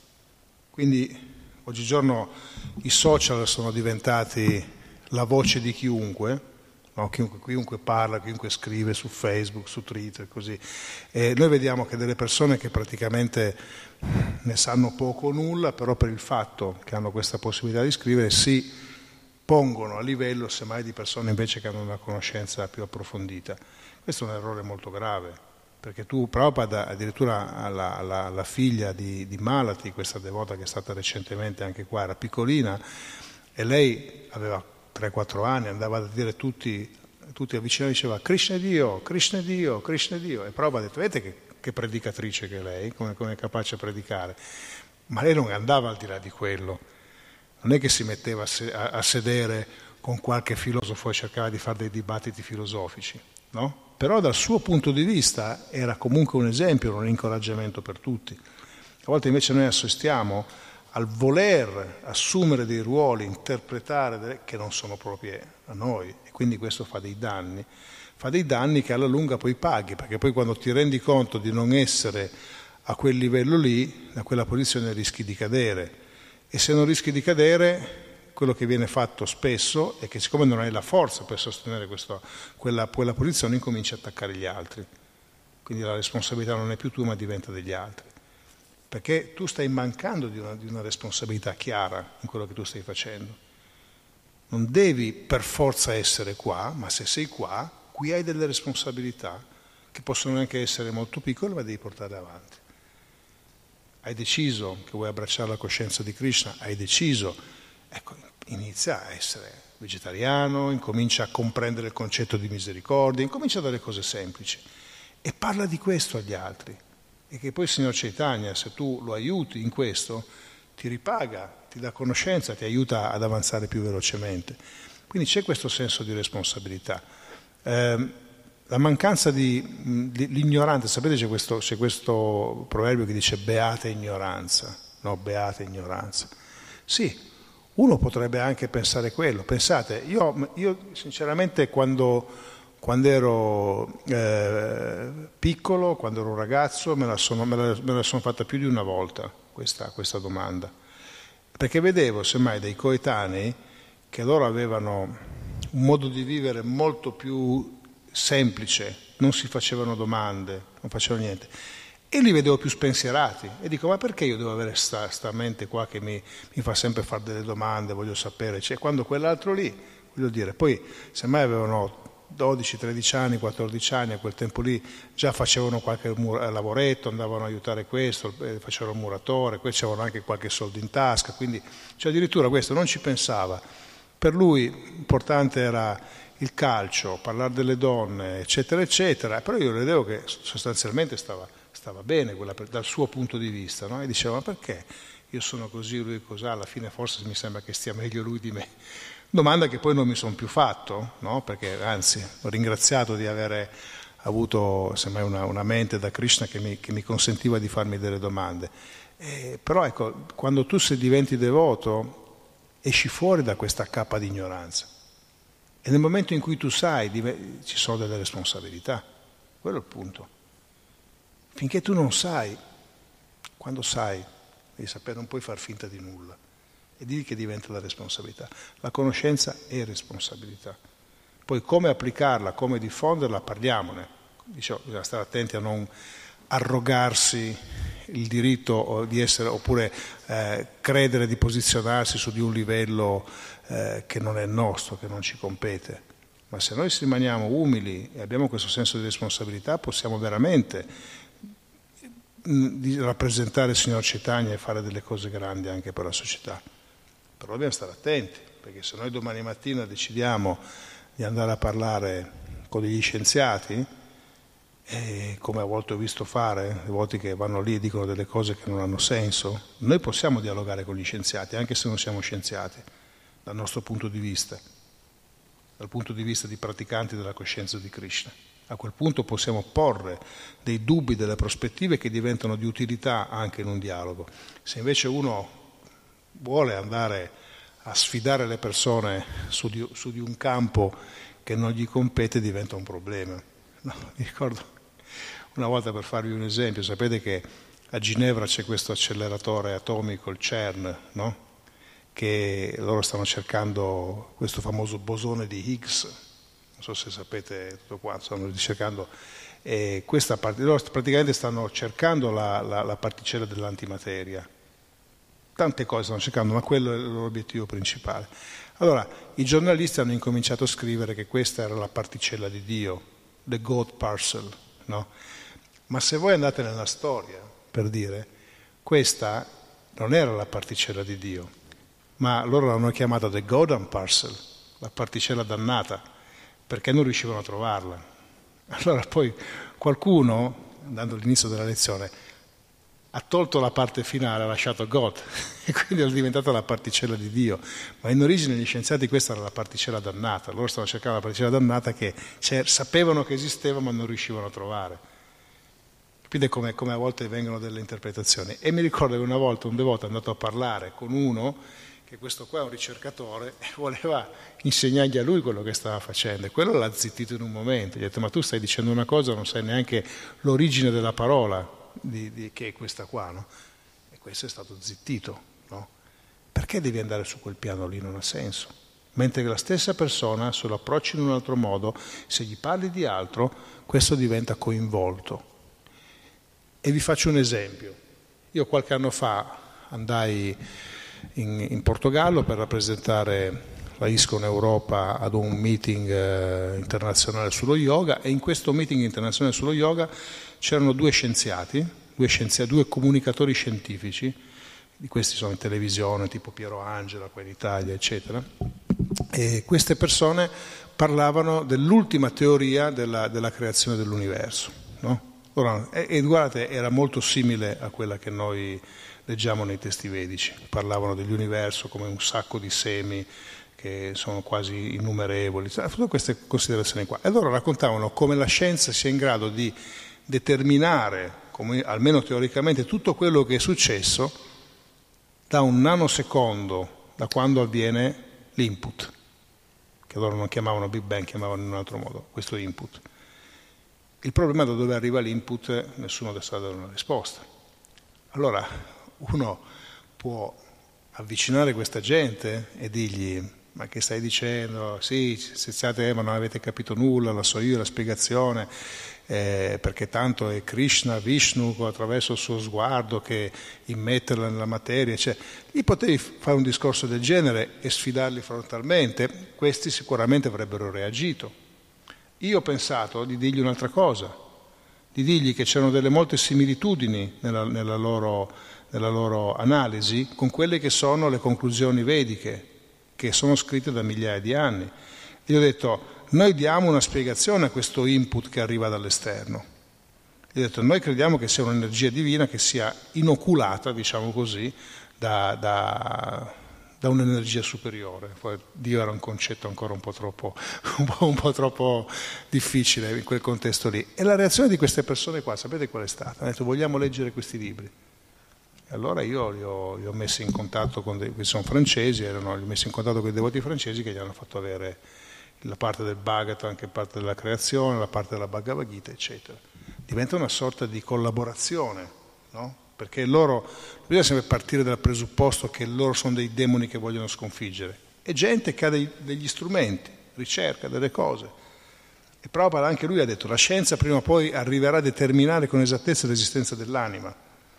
Quindi oggigiorno i social sono diventati la voce di chiunque, no? Chiunque parla, chiunque scrive su Facebook, su Twitter, così. E noi vediamo che delle persone che praticamente ne sanno poco o nulla, però per il fatto che hanno questa possibilità di scrivere si pongono a livello semmai di persone invece che hanno una conoscenza più approfondita. Questo è un errore molto grave, perché Prabhupada addirittura la figlia di Malati, questa devota che è stata recentemente anche qua, era piccolina, e lei aveva 3-4 anni, andava a dire tutti avvicinati, diceva Krishna è Dio, Krishna è Dio, Krishna è Dio. E Prabhupada ha detto, vedete che predicatrice che è lei, come è capace a predicare. Ma lei non andava al di là di quello, non è che si metteva a sedere con qualche filosofo e cercava di fare dei dibattiti filosofici, no? Però dal suo punto di vista era comunque un esempio, un incoraggiamento per tutti. A volte invece noi assistiamo al voler assumere dei ruoli, interpretare che non sono propri a noi, e quindi questo fa dei danni che alla lunga poi paghi, perché poi quando ti rendi conto di non essere a quel livello lì, da quella posizione rischi di cadere, e se non rischi di cadere, quello che viene fatto spesso è che siccome non hai la forza per sostenere quella posizione, incominci a attaccare gli altri, quindi la responsabilità non è più tua ma diventa degli altri, perché tu stai mancando di una responsabilità chiara in quello che tu stai facendo. Non devi per forza essere qua, ma se sei qua cui hai delle responsabilità che possono anche essere molto piccole, ma devi portarle avanti. Hai deciso che vuoi abbracciare la coscienza di Krishna, hai deciso, ecco, inizia a essere vegetariano, incomincia a comprendere il concetto di misericordia, incomincia dalle cose semplici e parla di questo agli altri. E che poi il Signor Chaitanya, se tu lo aiuti in questo, ti ripaga, ti dà conoscenza, ti aiuta ad avanzare più velocemente. Quindi c'è questo senso di responsabilità. La mancanza l'ignoranza, sapete c'è questo proverbio che dice beata ignoranza, no, beata ignoranza. Sì, uno potrebbe anche pensare quello. Pensate, io sinceramente quando ero piccolo, quando ero ragazzo, me la sono fatta più di una volta questa domanda, perché vedevo semmai dei coetanei che loro avevano un modo di vivere molto più semplice, non si facevano domande, non facevano niente, e li vedevo più spensierati e dico: ma perché io devo avere sta mente qua che mi fa sempre fare delle domande, voglio sapere, cioè, quando quell'altro lì, voglio dire, poi semmai avevano 12, 13 anni, 14 anni, a quel tempo lì già facevano qualche lavoretto, andavano a aiutare questo, facevano il muratore, poi c'avevano anche qualche soldo in tasca, quindi cioè, addirittura questo non ci pensava. Per lui importante era il calcio, parlare delle donne, eccetera, eccetera, però io vedevo che sostanzialmente stava bene dal suo punto di vista, no? E diceva: ma perché io sono così, lui così, alla fine forse mi sembra che stia meglio lui di me. Domanda che poi non mi sono più fatto, no? Perché anzi ho ringraziato di avere avuto semmai una mente da Krishna che mi consentiva di farmi delle domande. Però ecco, quando tu diventi devoto esci fuori da questa cappa di ignoranza e nel momento in cui tu sai ci sono delle responsabilità, quello è il punto. Finché tu non sai, quando sai devi sapere, non puoi far finta di nulla. E di lì che diventa la responsabilità. La conoscenza è responsabilità. Poi come applicarla, come diffonderla, parliamone. Dicevo, bisogna stare attenti a non arrogarsi il diritto di essere, oppure credere di posizionarsi su di un livello che non è nostro, che non ci compete. Ma se noi rimaniamo umili e abbiamo questo senso di responsabilità, possiamo veramente rappresentare il Signor Chaitanya e fare delle cose grandi anche per la società. Però dobbiamo stare attenti, perché se noi domani mattina decidiamo di andare a parlare con degli scienziati, come a volte ho visto fare, le volte che vanno lì e dicono delle cose che non hanno senso, noi possiamo dialogare con gli scienziati, anche se non siamo scienziati, dal nostro punto di vista, dal punto di vista di praticanti della coscienza di Krishna. A quel punto possiamo porre dei dubbi, delle prospettive che diventano di utilità anche in un dialogo. Se invece uno vuole andare a sfidare le persone su di un campo che non gli compete, diventa un problema. No, mi ricordo una volta, per farvi un esempio, sapete che a Ginevra c'è questo acceleratore atomico, il CERN, no? Che loro stanno cercando questo famoso bosone di Higgs, non so se sapete tutto quanto, stanno ricercando, loro praticamente stanno cercando la particella dell'antimateria. Tante cose stanno cercando, ma quello è il loro obiettivo principale. Allora, i giornalisti hanno incominciato a scrivere che questa era la particella di Dio, the God parcel, no? Ma se voi andate nella storia, per dire, questa non era la particella di Dio, ma loro l'hanno chiamata the Godan parcel, la particella dannata, perché non riuscivano a trovarla. Allora poi qualcuno, andando all'inizio della lezione, ha tolto la parte finale, ha lasciato God, e quindi è diventata la particella di Dio. Ma in origine gli scienziati questa era la particella dannata, loro stavano cercando la particella dannata che sapevano che esisteva ma non riuscivano a trovare. Quindi è come a volte vengono delle interpretazioni. E mi ricordo che una volta un devoto è andato a parlare con uno, che questo qua è un ricercatore, e voleva insegnargli a lui quello che stava facendo, e quello l'ha zittito in un momento, gli ha detto: ma tu stai dicendo una cosa, non sai neanche l'origine della parola, che è questa qua, no? E questo è stato zittito, no? Perché devi andare su quel piano lì? Non ha senso. Mentre la stessa persona, se lo approcci in un altro modo, se gli parli di altro, questo diventa coinvolto. E vi faccio un esempio. Io qualche anno fa andai in Portogallo per rappresentare la ISKCON Europa ad un meeting internazionale sullo yoga, e in questo meeting internazionale sullo yoga c'erano due scienziati, due comunicatori scientifici, di questi sono in televisione, tipo Piero Angela, qua in Italia, eccetera, e queste persone parlavano dell'ultima teoria della creazione dell'universo, no? E guardate, era molto simile a quella che noi leggiamo nei testi vedici. Parlavano dell'universo come un sacco di semi che sono quasi innumerevoli, tutte queste considerazioni qua. E loro raccontavano come la scienza sia in grado di determinare, almeno teoricamente, tutto quello che è successo da un nanosecondo, da quando avviene l'input, che loro non chiamavano Big Bang, chiamavano in un altro modo questo input. Il problema è da dove arriva l'input, nessuno sa dare una risposta. Allora uno può avvicinare questa gente e dirgli: ma che stai dicendo? Sì, ma non avete capito nulla, la so io la spiegazione, perché tanto è Krishna, Vishnu, attraverso il suo sguardo che immetterla nella materia, cioè, gli potevi fare un discorso del genere e sfidarli frontalmente, questi sicuramente avrebbero reagito. Io ho pensato di dirgli un'altra cosa, di dirgli che c'erano molte similitudini nella loro analisi con quelle che sono le conclusioni vediche, che sono scritte da migliaia di anni. Gli ho detto: noi diamo una spiegazione a questo input che arriva dall'esterno. Gli ho detto: noi crediamo che sia un'energia divina che sia inoculata, diciamo così, da un'energia superiore. Poi Dio era un concetto ancora un po' troppo difficile in quel contesto lì. E la reazione di queste persone qua, sapete qual è stata? Hanno detto: vogliamo leggere questi libri. E allora io li ho messi in contatto con che sono francesi, li ho messi in contatto con i devoti francesi, che gli hanno fatto avere la parte del Bhagavatam, anche parte della creazione, la parte della Bhagavad Gita, eccetera. Diventa una sorta di collaborazione, no? Perché loro, bisogna sempre partire dal presupposto che loro sono dei demoni che vogliono sconfiggere. È gente che ha degli strumenti, ricerca delle cose. E Prabhupada anche lui ha detto: la scienza prima o poi arriverà a determinare con esattezza l'esistenza dell'anima.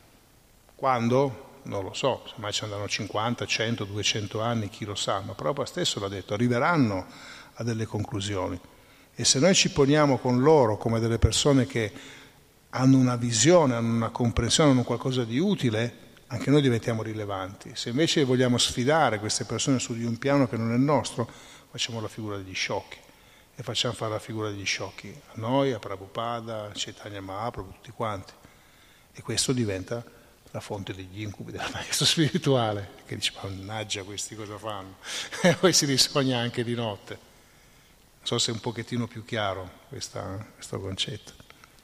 Quando? Non lo so, semmai ci andranno 50, 100, 200 anni, chi lo sa, ma Prabhupada stesso l'ha detto, arriveranno a delle conclusioni. E se noi ci poniamo con loro come delle persone che hanno una visione, hanno una comprensione, hanno qualcosa di utile, anche noi diventiamo rilevanti. Se invece vogliamo sfidare queste persone su di un piano che non è il nostro, facciamo la figura degli sciocchi, e facciamo fare la figura degli sciocchi a noi, a Prabhupada, a Chaitanya Mahaprabhu, tutti quanti. E questo diventa la fonte degli incubi della maestra spirituale, che dice: mannaggia, questi cosa fanno? E poi si risogna anche di notte. Non so se è un pochettino più chiaro questo concetto.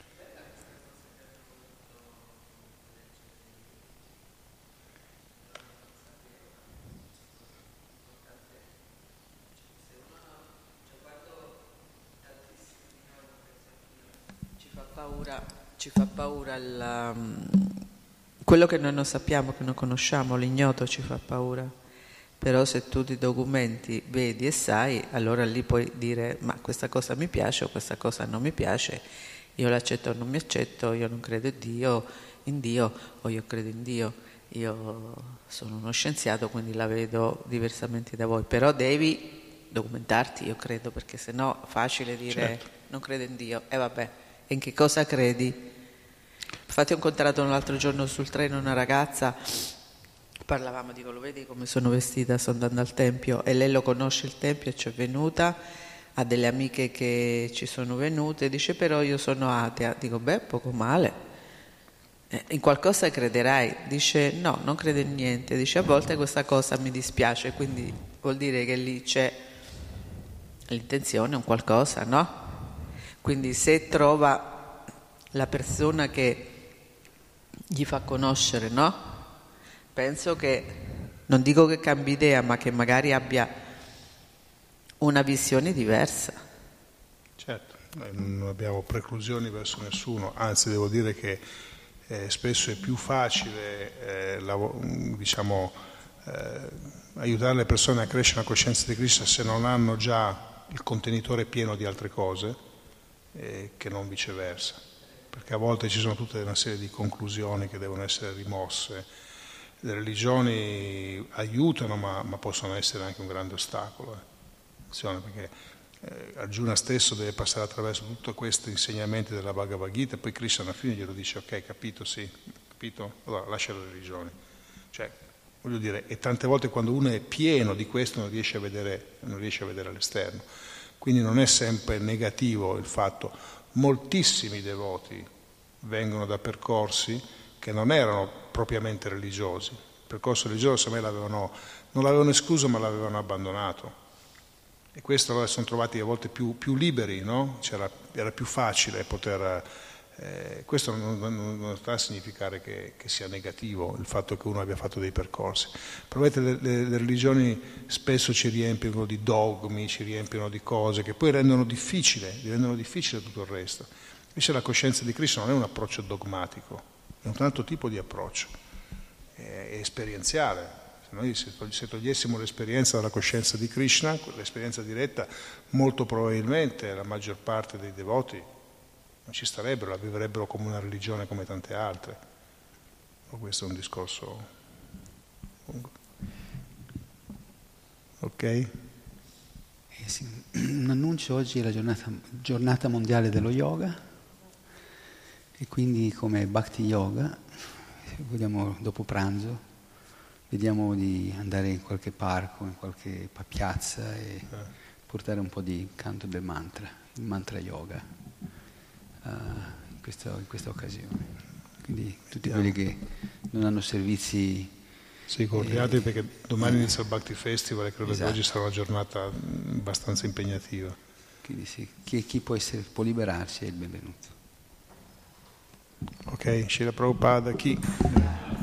Ci fa paura quello che noi non sappiamo, che non conosciamo, l'ignoto ci fa paura. Però se tu ti documenti, vedi e sai, allora lì puoi dire: ma questa cosa mi piace o questa cosa non mi piace, io l'accetto o non mi accetto, io non credo in Dio o io credo in Dio. Io sono uno scienziato, quindi la vedo diversamente da voi. Però devi documentarti, io credo, perché sennò è facile dire: certo, non credo in Dio. E vabbè, in che cosa credi? Infatti ho incontrato l'altro giorno sul treno una ragazza, parlavamo, dico: lo vedi come sono vestita, sto andando al tempio, e lei lo conosce il tempio, ci è venuta, ha delle amiche che ci sono venute, dice: però io sono atea. Dico: beh, poco male, in qualcosa crederai. Dice: no, non credo in niente. Dice: a volte questa cosa mi dispiace, quindi vuol dire che lì c'è l'intenzione, un qualcosa, no? Quindi se trova la persona che gli fa conoscere, no? Penso che, non dico che cambi idea, ma che magari abbia una visione diversa. Certo, noi non abbiamo preclusioni verso nessuno, anzi devo dire che spesso è più facile aiutare le persone a crescere nella coscienza di Krishna se non hanno già il contenitore pieno di altre cose, che non viceversa, perché a volte ci sono tutta una serie di conclusioni che devono essere rimosse, le religioni aiutano, ma possono essere anche un grande ostacolo. Perché Arjuna stesso deve passare attraverso tutto questo insegnamento della Bhagavad Gita, e poi Krishna alla fine glielo dice: ok, capito, sì, capito? Allora lascia la religione. Cioè, voglio dire, e tante volte quando uno è pieno di questo non riesce a vedere all'esterno. Quindi non è sempre negativo il fatto. Moltissimi devoti vengono da percorsi che non erano propriamente religiosi. Il percorso religioso a me non l'avevano escluso, ma l'avevano abbandonato. E questo allora sono trovati a volte più liberi, no? Era più facile poter... questo non sta a significare che sia negativo il fatto che uno abbia fatto dei percorsi. Però vedete, le religioni spesso ci riempiono di dogmi, ci riempiono di cose che poi rendono difficile tutto il resto. Invece la coscienza di Krishna non è un approccio dogmatico, è un altro tipo di approccio, è esperienziale. Noi se togliessimo l'esperienza della coscienza di Krishna, l'esperienza diretta, molto probabilmente la maggior parte dei devoti non ci starebbero, la vivrebbero come una religione come tante altre. Ma questo è un discorso lungo. Ok? Sì, un annuncio: oggi è la giornata mondiale dello yoga, e quindi come Bhakti Yoga vogliamo, dopo pranzo, vediamo di andare in qualche parco, in qualche piazza e portare un po' di canto del mantra, il mantra yoga, in questa occasione. Quindi tutti quelli che non hanno servizi... Sì, coordinati, perché domani inizia il Bhakti Festival e credo esatto. che oggi sarà una giornata abbastanza impegnativa. Quindi sì, chi può liberarsi è il benvenuto. Ok, Srila Prabhupada, chi?